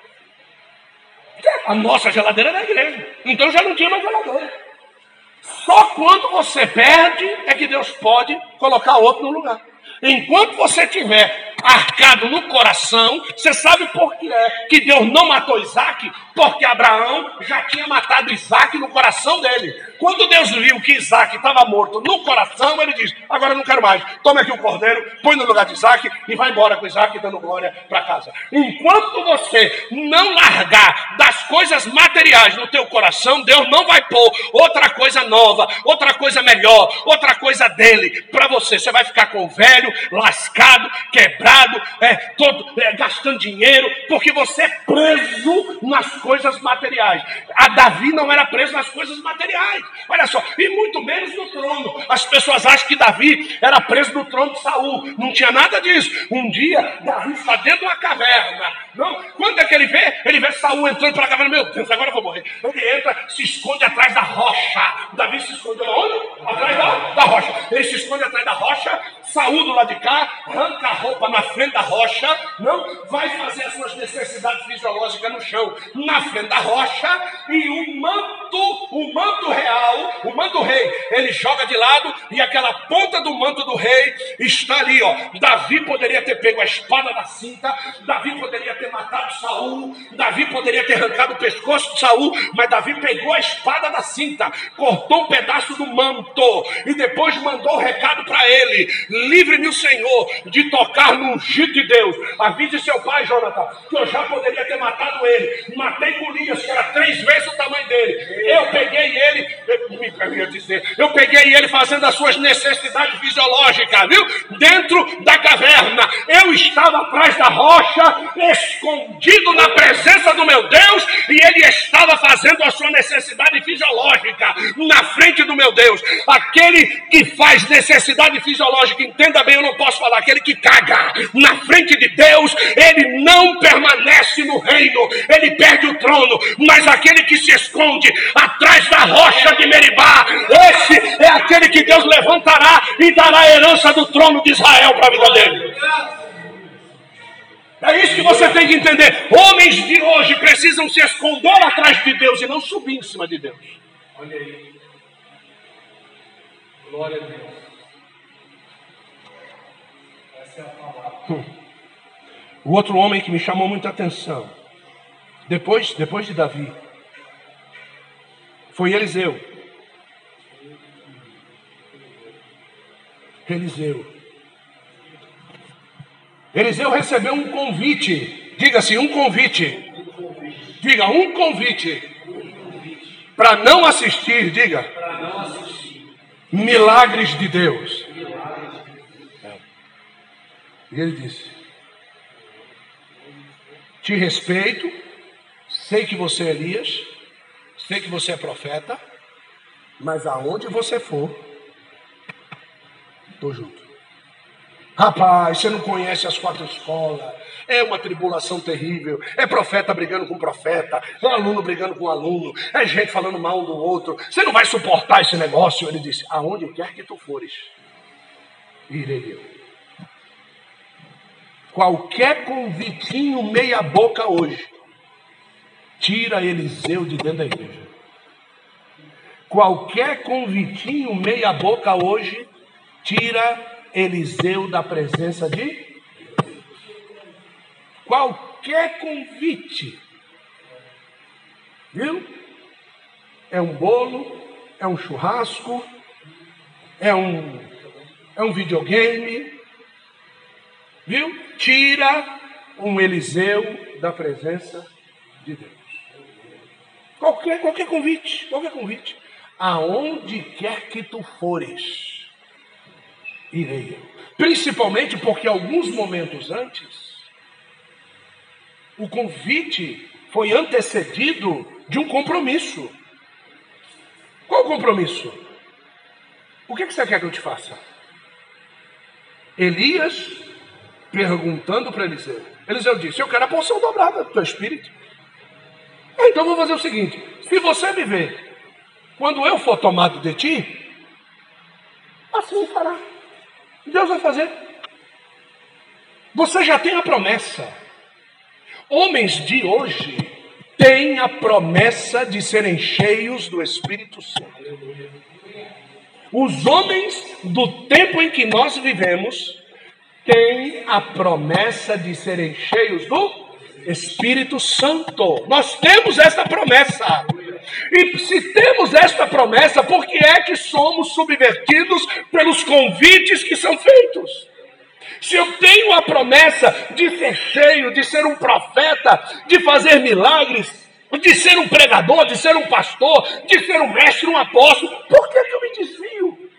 A nossa geladeira é da igreja. Então já não tinha mais geladeira. Só quando você perde é que Deus pode colocar outro no lugar. Enquanto você tiver arcado no coração, você sabe por que é que Deus não matou Isaac? Porque Abraão já tinha matado Isaac no coração dele. Quando Deus viu que Isaac estava morto no coração, ele diz: agora eu não quero mais, tome aqui o cordeiro, põe no lugar de Isaac e vai embora com Isaac dando glória para casa. Enquanto você não largar das coisas materiais no teu coração, Deus não vai pôr outra coisa nova, outra coisa melhor, outra coisa dele para você. Você vai ficar com o velho, lascado, quebrado, é, todo, é, gastando dinheiro, porque você é preso nas coisas materiais. A Davi não era preso nas coisas materiais, olha só, e muito menos no trono. As pessoas acham que Davi era preso no trono de Saul. Não tinha nada disso. Um dia, Davi está dentro de uma caverna. Não? Quando é que ele vê? Ele vê Saul entrando pela caverna. Meu Deus, agora eu vou morrer. Ele entra, se esconde atrás da rocha. Davi se escondeu onde? Atrás da, da rocha. Ele se esconde atrás da rocha. Saúl do lado de cá, arranca a roupa na frente da rocha, não vai fazer as suas necessidades chão na frente da rocha, e o manto, o manto real, o manto rei, ele joga de lado, e aquela ponta do manto do rei está ali, ó. Davi poderia ter pego a espada da cinta, Davi poderia ter matado Saul, Davi poderia ter arrancado o pescoço de Saul, mas Davi pegou a espada da cinta, cortou um pedaço do manto, e depois mandou o recado para ele: livre-me o Senhor de tocar no ungido de Deus. Avise seu pai, Jonathan, que eu já poderia ter matado ele. Matei Golias, que era três vezes o tamanho dele. Eu peguei ele, eu, ia dizer, eu peguei ele fazendo as suas necessidades fisiológicas, viu? Dentro da caverna. Eu estava atrás da rocha, escondido na presença do meu Deus, e ele estava fazendo a sua necessidade fisiológica na frente do meu Deus. Aquele que faz necessidade fisiológica, entenda bem, eu não posso falar, aquele que caga na frente de Deus, ele não permanece no reino, ele perde o trono. Mas aquele que se esconde atrás da rocha de Meribá, esse é aquele que Deus levantará e dará a herança do trono de Israel para a vida dele. É isso que você tem que entender. Homens de hoje precisam se esconder atrás de Deus e não subir em cima de Deus. Olha aí. Glória a Deus. Essa é a palavra. Hum. O outro homem que me chamou muita atenção, depois, depois de Davi, foi Eliseu. Eliseu. Eliseu recebeu um convite. Diga assim, um convite. Diga, um convite. Para não assistir, diga. Milagres de Deus. E ele disse: te respeito, sei que você é Elias, sei que você é profeta, mas aonde você for, estou junto. Rapaz, você não conhece as quatro escolas, é uma tribulação terrível, é profeta brigando com profeta, é aluno brigando com aluno, é gente falando mal um do outro, você não vai suportar esse negócio. Ele disse: aonde quer que tu fores, irei eu. Qualquer convitinho meia boca hoje tira Eliseu de dentro da igreja. Qualquer convitinho meia boca hoje tira Eliseu da presença de qualquer convite. Viu? É um bolo, é um churrasco, é um, é um videogame. Viu? Tira um Eliseu da presença de Deus. Qualquer, qualquer convite, qualquer convite. Aonde quer que tu fores, irei eu. Principalmente porque alguns momentos antes, o convite foi antecedido de um compromisso. Qual o compromisso? O que você quer que eu te faça? Elias perguntando para Eliseu. Eliseu disse: eu quero a porção dobrada do teu espírito. Ah, então vou fazer o seguinte: se você me ver quando eu for tomado de ti, assim fará. Deus vai fazer. Você já tem a promessa. Homens de hoje têm a promessa de serem cheios do Espírito Santo. Os homens do tempo em que nós vivemos têm a promessa de serem cheios do Espírito Santo. Nós temos esta promessa. E se temos esta promessa, por que é que somos subvertidos pelos convites que são feitos? Se eu tenho a promessa de ser cheio, de ser um profeta, de fazer milagres, de ser um pregador, de ser um pastor, de ser um mestre, um apóstolo, por que que eu me desvio?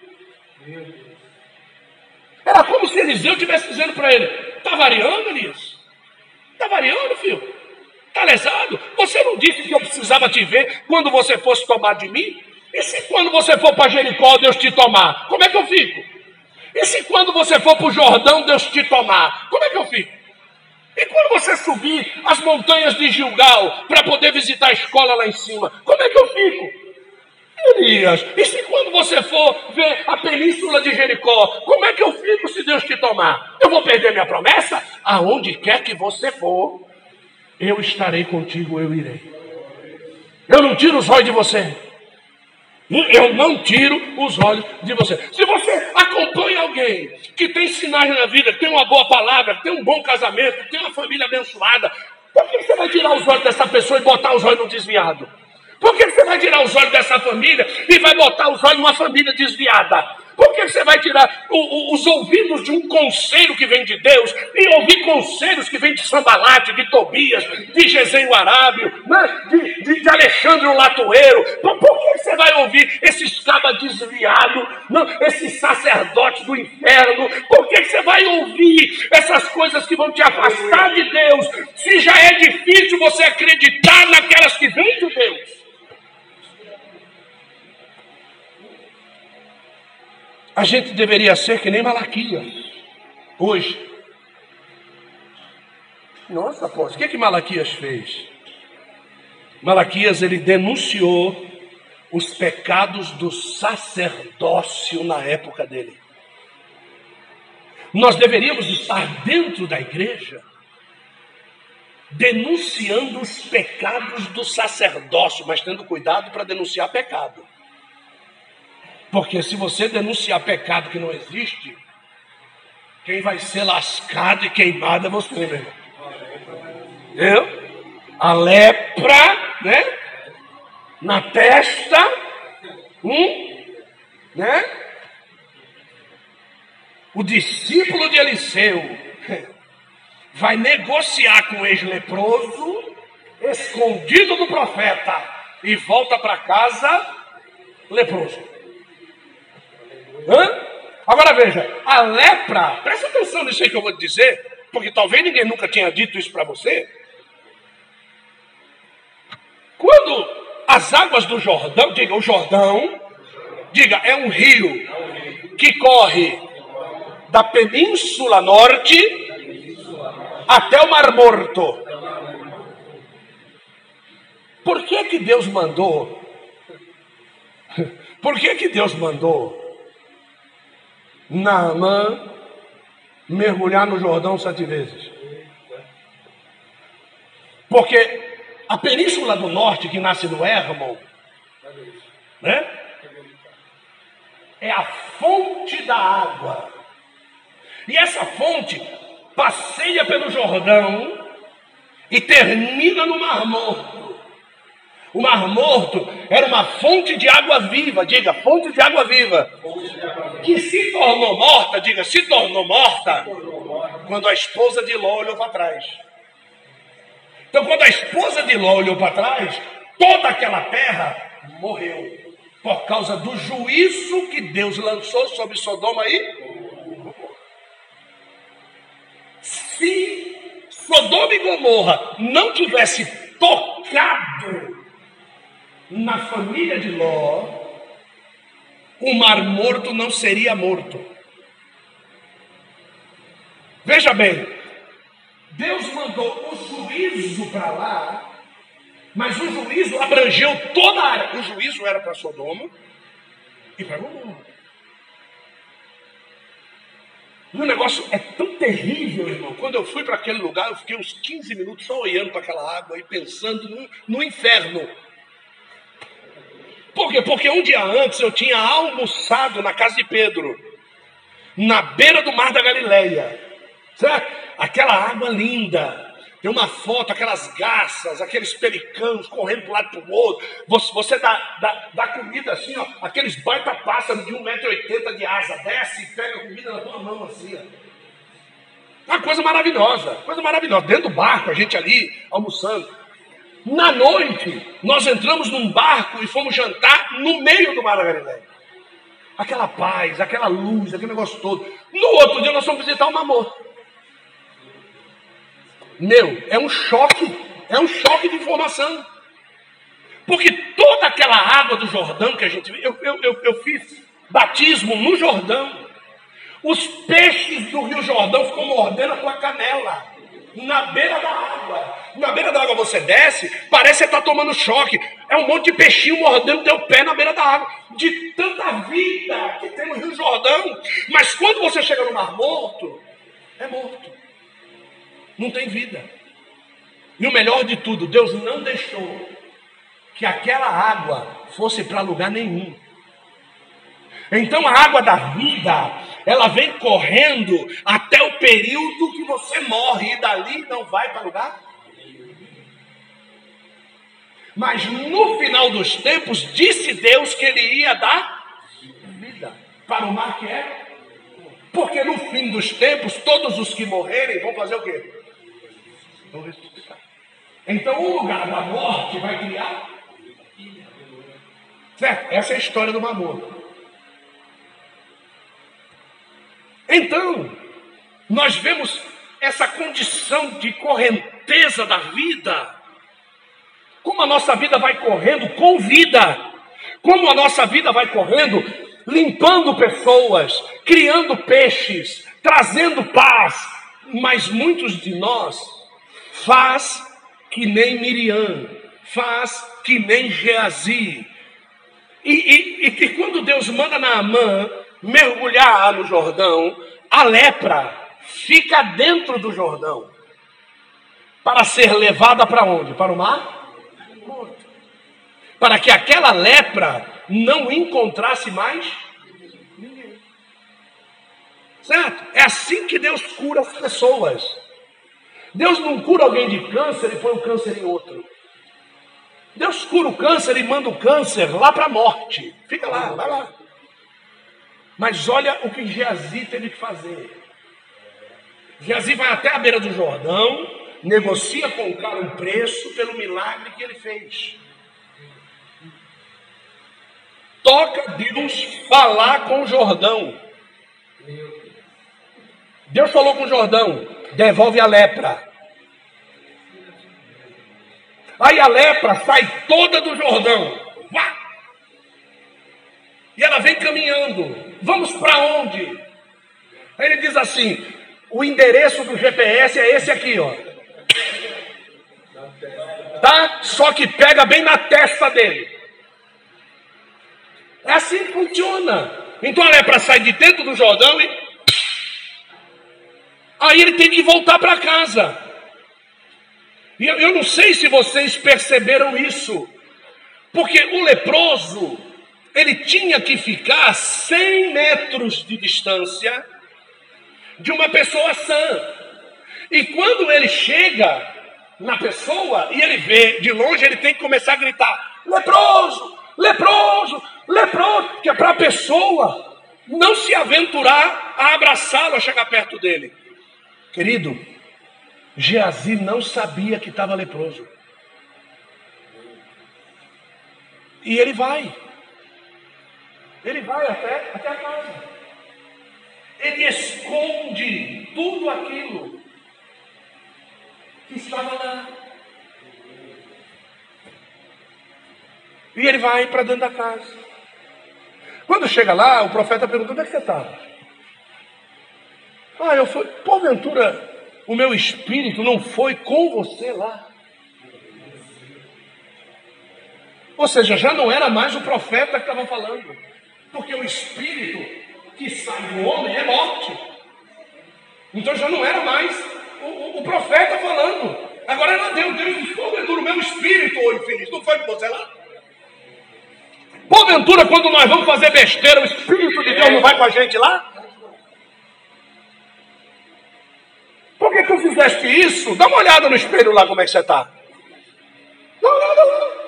Era como se Eliseu estivesse dizendo para ele: está variando, Elias? Está variando, filho? Está lesado? Você não disse que eu precisava te ver quando você fosse tomar de mim? E se quando você for para Jericó, Deus te tomar? Como é que eu fico? E se quando você for para o Jordão, Deus te tomar? Como é que eu fico? E quando você subir as montanhas de Gilgal para poder visitar a escola lá em cima, como é que eu fico? Elias, e se quando você for ver a península de Jericó, como é que eu fico se Deus te tomar? Eu vou perder minha promessa? Aonde quer que você for, eu estarei contigo, eu irei. Eu não tiro os olhos de você. Eu não tiro os olhos de você. Se você acompanha alguém que tem sinais na vida, que tem uma boa palavra, que tem um bom casamento, que tem uma família abençoada, por que você vai tirar os olhos dessa pessoa e botar os olhos no desviado? Por que você vai tirar os olhos dessa família e vai botar os olhos numa família desviada? Por que você vai tirar o, o, os ouvidos de um conselho que vem de Deus e ouvir conselhos que vêm de Sambalate, de Tobias, de Gesem Arábio, né? de, de, de Alexandre o Latoeiro? Por, por que você vai ouvir esses cabas desviados, não? Esses sacerdotes do inferno? Por que você vai ouvir essas coisas que vão te afastar de Deus, se já é difícil você acreditar naquelas que vêm de Deus? A gente deveria ser que nem Malaquias, hoje. Nossa, apóstolo, o que, que Malaquias fez? Malaquias, ele denunciou os pecados do sacerdócio na época dele. Nós deveríamos estar dentro da igreja, denunciando os pecados do sacerdócio, mas tendo cuidado para denunciar pecado. Porque se você denunciar pecado que não existe, quem vai ser lascado e queimado é você, meu irmão. Eu? A lepra, né? Na testa, hum? Né? O discípulo de Eliseu vai negociar com o ex-leproso, escondido do profeta, e volta para casa leproso. Hã? Agora veja, a lepra, presta atenção nisso aí que eu vou te dizer, porque talvez ninguém nunca tinha dito isso para você. Quando as águas do Jordão, diga o Jordão, diga, é um rio que corre da Península Norte até o Mar Morto. Por que que Deus mandou? Por que que Deus mandou Naamã mergulhar no Jordão sete vezes? Porque a Península do Norte, que nasce no Hermon, né, é a fonte da água. E essa fonte passeia pelo Jordão e termina no Mar Morto. O Mar Morto era uma fonte de água viva, diga, fonte de água viva, que se tornou morta, diga, se tornou morta, quando a esposa de Ló olhou para trás. Então, quando a esposa de Ló olhou para trás, toda aquela terra morreu, por causa do juízo que Deus lançou sobre Sodoma e se Sodoma e Gomorra não tivesse tocado na família de Ló, o Mar Morto não seria morto. Veja bem, Deus mandou o juízo para lá, mas o juízo abrangeu toda a área. O juízo era para Sodoma e para Gomorra. E o negócio é tão terrível, irmão. Quando eu fui para aquele lugar, eu fiquei uns quinze minutos só olhando para aquela água e pensando no, no inferno. Por quê? Porque um dia antes eu tinha almoçado na casa de Pedro, na beira do mar da Galileia, certo? Aquela água linda, tem uma foto, aquelas garças, aqueles pelicãos correndo para um lado e para o outro. Você, você dá, dá, dá comida assim, ó, aqueles baita pássaros de um metro e oitenta de asa, desce e pega a comida na tua mão assim, ó. Uma coisa maravilhosa, coisa maravilhosa. Dentro do barco, a gente ali almoçando. Na noite, nós entramos num barco e fomos jantar no meio do Mar da Galileia. Aquela paz, aquela luz, aquele negócio todo. No outro dia nós fomos visitar o Mar Morto. Meu, é um choque, é um choque de informação. Porque toda aquela água do Jordão que a gente viu, eu, eu, eu, eu fiz batismo no Jordão. Os peixes do Rio Jordão ficam mordendo a tua canela. Na beira da água. Na beira da água você desce, parece que você está tomando choque. É um monte de peixinho mordendo teu pé na beira da água. De tanta vida que tem no Rio Jordão. Mas quando você chega no Mar Morto, é morto. Não tem vida. E o melhor de tudo, Deus não deixou que aquela água fosse para lugar nenhum. Então a água da vida, ela vem correndo até o período que você morre, e dali não vai para lugar. Mas no final dos tempos, disse Deus que ele ia dar vida para o mar que é. Porque no fim dos tempos, todos os que morrerem vão fazer o quê? Vão ressuscitar. Então o lugar da morte vai criar. Certo? Essa é a história do mamor. Então, nós vemos essa condição de correnteza da vida. Como a nossa vida vai correndo com vida. Como a nossa vida vai correndo limpando pessoas, criando peixes, trazendo paz. Mas muitos de nós faz que nem Miriam, faz que nem Geazi. E, e, e que quando Deus manda Naamã mergulhar no Jordão, a lepra fica dentro do Jordão para ser levada para onde? Para o mar? Morto. Para que aquela lepra não encontrasse mais ninguém. Certo? É assim que Deus cura as pessoas. Deus não cura alguém de câncer e põe o câncer em outro. Deus cura o câncer e manda o câncer lá para a morte. Fica lá, vai lá. Mas olha o que Geazi teve que fazer. Geazi vai até a beira do Jordão, negocia com o cara um preço pelo milagre que ele fez. Toca Deus falar com o Jordão. Deus falou com o Jordão, devolve a lepra. Aí a lepra sai toda do Jordão. Vá! E ela vem caminhando. Vamos para onde? Aí ele diz assim, o endereço do G P S é esse aqui, ó. Tá? Só que pega bem na testa dele. É assim que funciona. Então a lepra sai de dentro do Jordão e... aí ele tem que voltar para casa. E eu, eu não sei se vocês perceberam isso. Porque o leproso, ele tinha que ficar cem metros de distância de uma pessoa sã. E quando ele chega na pessoa e ele vê de longe, ele tem que começar a gritar, leproso, leproso, leproso, que é para a pessoa não se aventurar a abraçá-lo, a chegar perto dele. Querido, Geazi não sabia que estava leproso. E ele vai. Ele vai até, até a casa. Ele esconde tudo aquilo que estava lá. E ele vai para dentro da casa. Quando chega lá, o profeta pergunta, onde é que você estava? Ah, eu fui, porventura, o meu espírito não foi com você lá? Ou seja, já não era mais o profeta que estava falando. Porque o espírito que sai do homem é morte. Então já não era mais o, o, o profeta falando. Agora era Deus. Deus disse, porventura, o meu espírito, ô infeliz, não foi com você lá? Porventura, quando nós vamos fazer besteira, o espírito de Deus não vai com a gente lá? Por que tu fizeste isso? Dá uma olhada no espelho lá como é que você está. Não, não, não, não.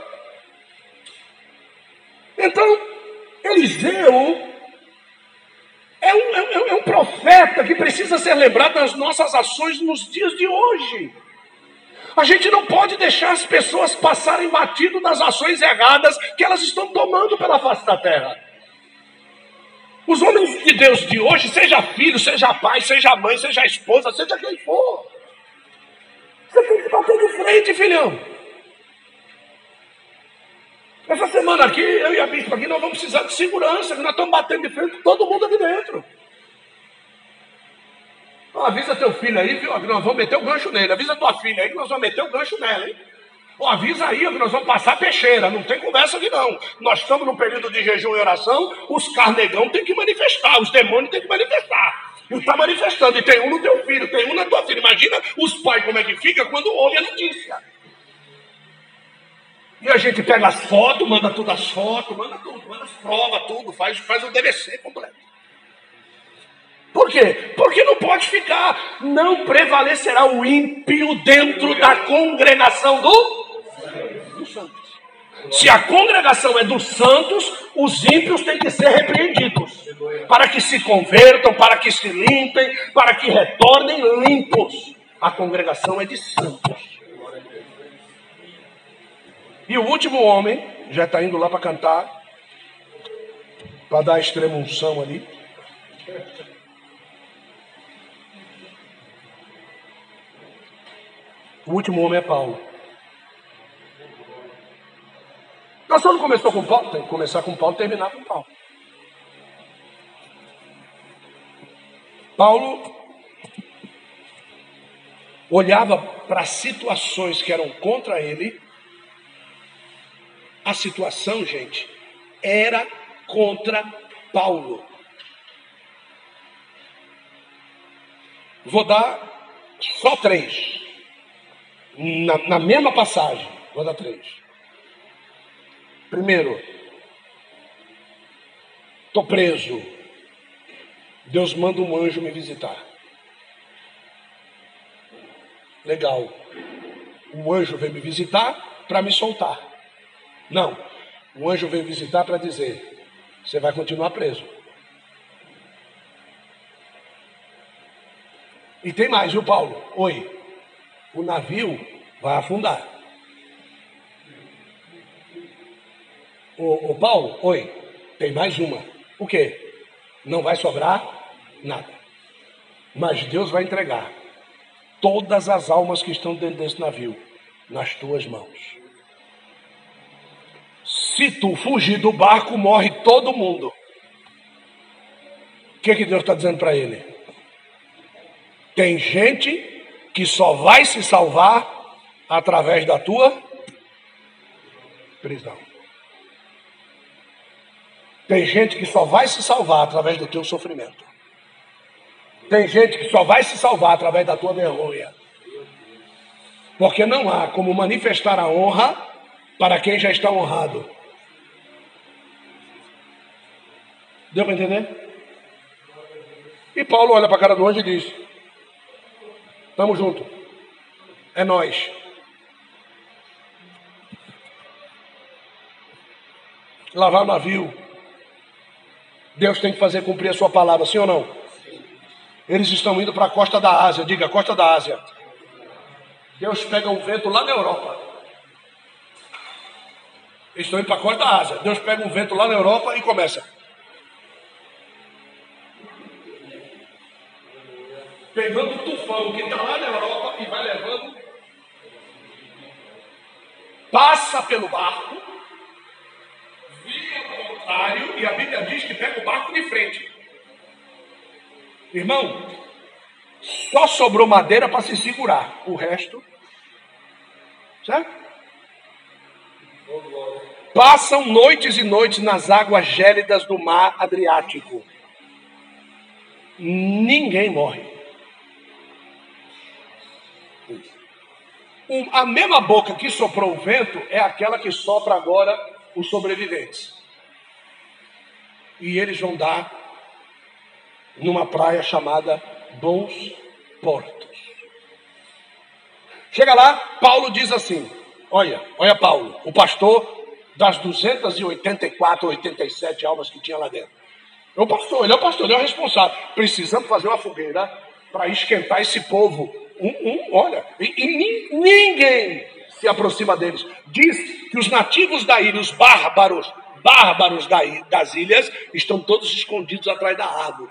Então, Eliseu é um, é, um, é um profeta que precisa ser lembrado das nossas ações nos dias de hoje. A gente não pode deixar as pessoas passarem batido das ações erradas que elas estão tomando pela face da terra. Os homens de Deus de hoje, seja filho, seja pai, seja mãe, seja esposa, seja quem for, você tem que bater de frente, filhão. Essa semana aqui, eu e a bispa aqui, nós vamos precisar de segurança, que nós estamos batendo de frente com todo mundo aqui dentro. Então, avisa teu filho aí, viu? Nós vamos meter o gancho nele. Avisa tua filha aí que nós vamos meter o gancho nela, hein? Oh, avisa aí que nós vamos passar peixeira, não tem conversa aqui não. Nós estamos no período de jejum e oração, os carnegão têm que manifestar, os demônios têm que manifestar. E está manifestando, e tem um no teu filho, tem um na tua filha. Imagina os pais como é que fica quando ouvem a notícia. E a gente pega as fotos, manda todas as fotos, manda tudo, manda as provas, tudo, faz, faz o D V C completo. Por quê? Porque não pode ficar, não prevalecerá o ímpio dentro da congregação do, dos santos. Se a congregação é dos santos, os ímpios têm que ser repreendidos, para que se convertam, para que se limpem, para que retornem limpos. A congregação é de santos. E o último homem, já está indo lá para cantar, para dar a extrema-unção ali. O último homem é Paulo. Nós só não começou com Paulo, tem que começar com Paulo e terminar com Paulo. Paulo olhava para situações que eram contra ele. A situação, gente, era contra Paulo. Vou dar só três. Na, na mesma passagem, vou dar três. Primeiro, estou preso. Deus manda um anjo me visitar. Legal. O anjo veio me visitar para me soltar. Não, o anjo veio visitar para dizer: você vai continuar preso. E tem mais, viu, Paulo? Oi, o navio vai afundar. Ô, ô Paulo, oi, tem mais uma. O quê? Não vai sobrar nada. Mas Deus vai entregar todas as almas que estão dentro desse navio nas tuas mãos. Se tu fugir do barco, morre todo mundo. O que, que Deus está dizendo para ele? Tem gente que só vai se salvar através da tua prisão. Tem gente que só vai se salvar através do teu sofrimento. Tem gente que só vai se salvar através da tua vergonha. Porque não há como manifestar a honra para quem já está honrado. Deu para entender? E Paulo olha para a cara do anjo e diz: estamos juntos. É nós. Lavar o navio. Deus tem que fazer cumprir a sua palavra, sim ou não? Eles estão indo para a costa da Ásia. Diga, costa da Ásia. Deus pega um vento lá na Europa. Eles estão indo para a costa da Ásia. Deus pega um vento lá na Europa e começa. Pegando o tufão que está lá na Europa e vai levando. Passa pelo barco. Vira ao contrário. E a Bíblia diz que pega o barco de frente. Irmão, só sobrou madeira para se segurar. O resto, certo? Passam noites e noites nas águas gélidas do mar Adriático. Ninguém morre. A mesma boca que soprou o vento é aquela que sopra agora os sobreviventes. E eles vão dar numa praia chamada Bons Portos. Chega lá, Paulo diz assim: olha, olha Paulo, o pastor das duzentas e oitenta e quatro, oitenta e sete almas que tinha lá dentro. É o pastor, ele é o pastor, ele é o responsável. Precisamos fazer uma fogueira para esquentar esse povo. Um, um, olha, e, e ninguém se aproxima deles. Diz que os nativos da ilha, os bárbaros, bárbaros da, das ilhas, estão todos escondidos atrás da árvore.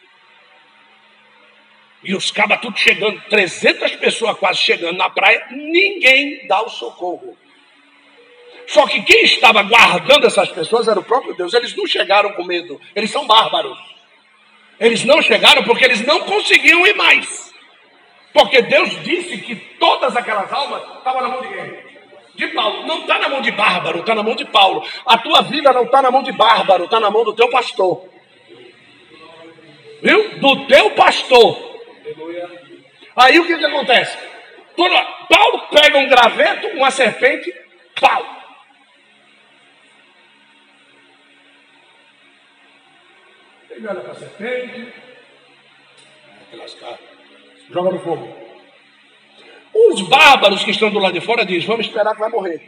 E os cabas tudo chegando, trezentas pessoas quase chegando na praia, ninguém dá o socorro. Só que quem estava guardando essas pessoas era o próprio Deus. Eles não chegaram com medo, eles são bárbaros. Eles não chegaram porque eles não conseguiam ir mais. Porque Deus disse que todas aquelas almas estavam na mão de quem? Paulo. Não está na mão de bárbaro, está na mão de Paulo. A tua vida não está na mão de bárbaro, está na mão do teu pastor. Viu? Do teu pastor. Aí o que, que acontece? Toda, Paulo pega um graveto, uma serpente, pau. Ele olha para a serpente, joga no fogo. Os bárbaros que estão do lado de fora dizem, vamos esperar que vai morrer.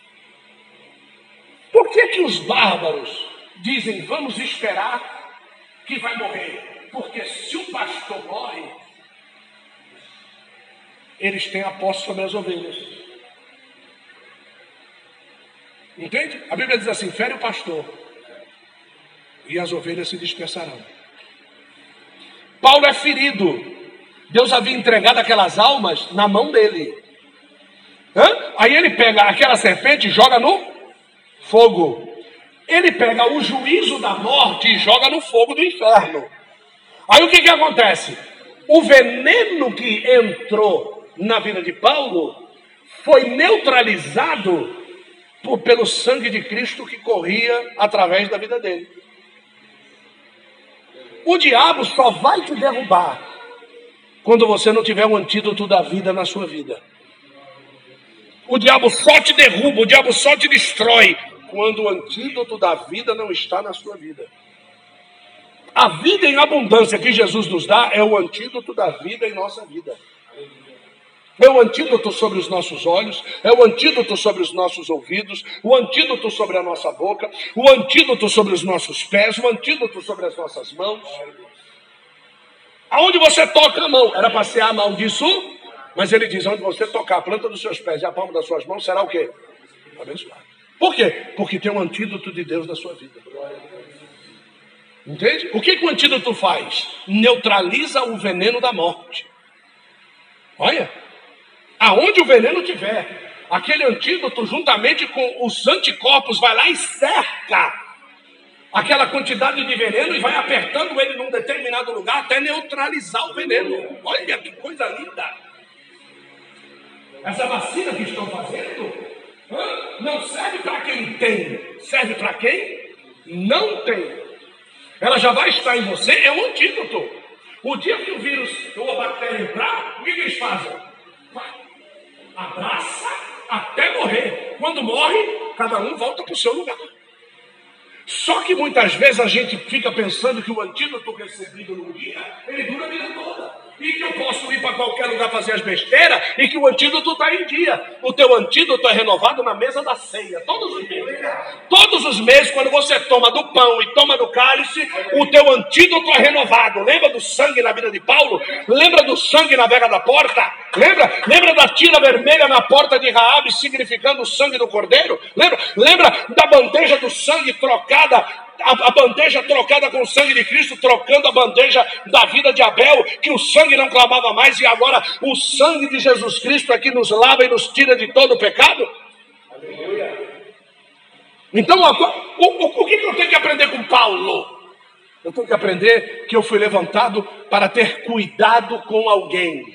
Por que que os bárbaros dizem, vamos esperar que vai morrer? Porque se o pastor morre, eles têm a posse sobre as ovelhas. Entende? A Bíblia diz assim, fere o pastor e as ovelhas se dispersarão. Paulo é ferido. Deus havia entregado aquelas almas na mão dele. Hã? Aí ele pega aquela serpente e joga no fogo. Ele pega o juízo da morte e joga no fogo do inferno. Aí o que que acontece? O veneno que entrou na vida de Paulo foi neutralizado por, pelo sangue de Cristo que corria através da vida dele. O diabo só vai te derrubar quando você não tiver um antídoto da vida na sua vida. O diabo só te derruba, o diabo só te destrói quando o antídoto da vida não está na sua vida. A vida em abundância que Jesus nos dá é o antídoto da vida em nossa vida. É o antídoto sobre os nossos olhos, é o antídoto sobre os nossos ouvidos, o antídoto sobre a nossa boca, o antídoto sobre os nossos pés, o antídoto sobre as nossas mãos. Aonde você toca a mão, era para ser amaldiçoado, mas ele diz, onde você tocar a planta dos seus pés e a palma das suas mãos, será o quê? Abençoado. Por quê? Porque tem um antídoto de Deus na sua vida. Entende? O que, que o antídoto faz? Neutraliza o veneno da morte. Olha, aonde o veneno tiver, aquele antídoto juntamente com os anticorpos vai lá e cerca aquela quantidade de veneno e vai apertando ele num determinado lugar até neutralizar o veneno. Olha que coisa linda. Essa vacina que estão fazendo hã, não serve para quem tem, serve para quem não tem. Ela já vai estar em você, é um antídoto. O dia que o vírus ou a bactéria entrar, o que, que eles fazem? Vai, abraça até morrer. Quando morre, cada um volta para o seu lugar. Só que muitas vezes a gente fica pensando que o antídoto recebido num dia, ele dura a vida toda. E que eu posso ir para qualquer lugar fazer as besteiras e que o antídoto está em dia. O teu antídoto é renovado na mesa da ceia, todos os meses. Todos os meses, quando você toma do pão e toma do cálice, o teu antídoto é renovado. Lembra do sangue na vida de Paulo? Lembra do sangue na vega da porta? Lembra? Lembra da tira vermelha na porta de Raabe, significando o sangue do cordeiro? Lembra? Lembra da bandeja do sangue trocada? A, a bandeja trocada com o sangue de Cristo, trocando a bandeja da vida de Abel, que o sangue não clamava mais, e agora o sangue de Jesus Cristo é que nos lava e nos tira de todo o pecado. Aleluia. Então, o, o, o que eu tenho que aprender com Paulo? Eu tenho que aprender que eu fui levantado para ter cuidado com alguém.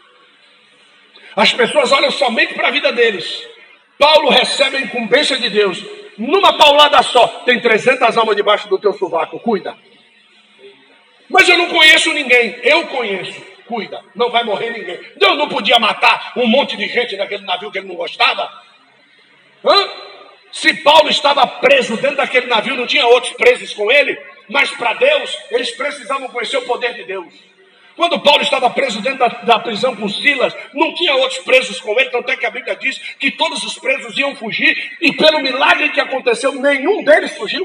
As pessoas olham somente para a vida deles. Paulo recebe a incumbência de Deus. Numa paulada só, tem trezentas almas debaixo do teu sovaco, cuida. Mas eu não conheço ninguém, eu conheço, cuida, não vai morrer ninguém. Deus não podia matar um monte de gente naquele navio que ele não gostava? Hã? Se Paulo estava preso dentro daquele navio, não tinha outros presos com ele, mas para Deus, eles precisavam conhecer o poder de Deus. Quando Paulo estava preso dentro da, da prisão com Silas, não tinha outros presos com ele, tanto é que a Bíblia diz que todos os presos iam fugir, e pelo milagre que aconteceu, nenhum deles fugiu.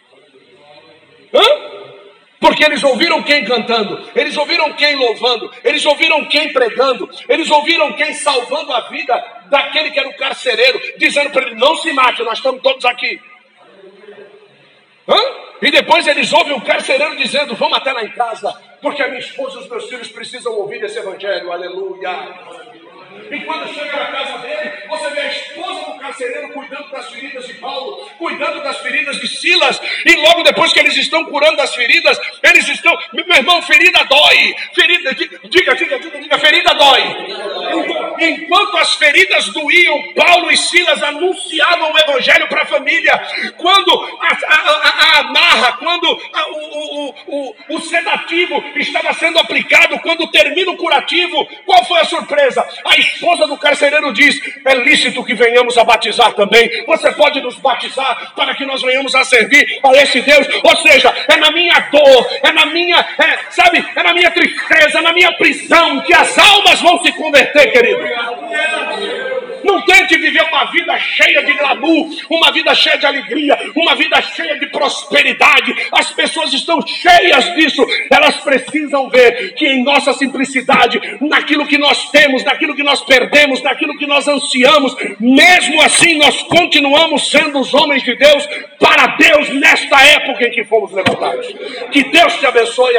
Hã? Porque eles ouviram quem cantando, eles ouviram quem louvando, eles ouviram quem pregando, eles ouviram quem salvando a vida daquele que era o carcereiro, dizendo para ele, não se mate, nós estamos todos aqui. Hã? E depois eles ouvem o carcereiro dizendo, vamos até lá em casa, porque a minha esposa e os meus filhos precisam ouvir esse evangelho, aleluia. E quando chega na casa dele, você vê a esposa do carcereiro cuidando das feridas de Paulo, cuidando cuidando das feridas de Silas, e logo depois que eles estão curando das feridas, eles estão, meu irmão, ferida dói, ferida, diga, diga, diga, diga, ferida dói. Enquanto as feridas doíam, Paulo e Silas anunciavam o evangelho para a família. Quando a, a, a, a amarra, quando a, o, o, o, o sedativo estava sendo aplicado, quando termina o curativo, qual foi a surpresa? A esposa do carcereiro diz: é lícito que venhamos a batizar também. Você pode nos batizar para que nós venhamos a servir a esse Deus? Ou seja, é na minha dor, é na minha, é, sabe, é na minha tristeza, é na minha prisão que as almas vão se converter, querido. Não tente viver uma vida cheia de glamour, uma vida cheia de alegria, uma vida cheia de prosperidade. As pessoas estão cheias disso. Elas precisam ver que em nossa simplicidade, naquilo que nós temos, naquilo que nós perdemos, naquilo que nós ansiamos, mesmo assim nós continuamos sendo os homens de Deus para Deus nesta época em que fomos levantados. Que Deus te abençoe.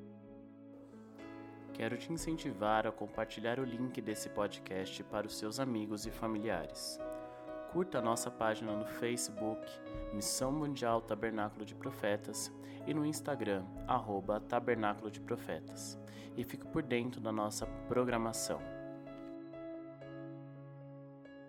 Quero te incentivar a compartilhar o link desse podcast para os seus amigos e familiares. Curta a nossa página no Facebook, Missão Mundial Tabernáculo de Profetas, e no Instagram, arroba Tabernáculo de Profetas. E fique por dentro da nossa programação.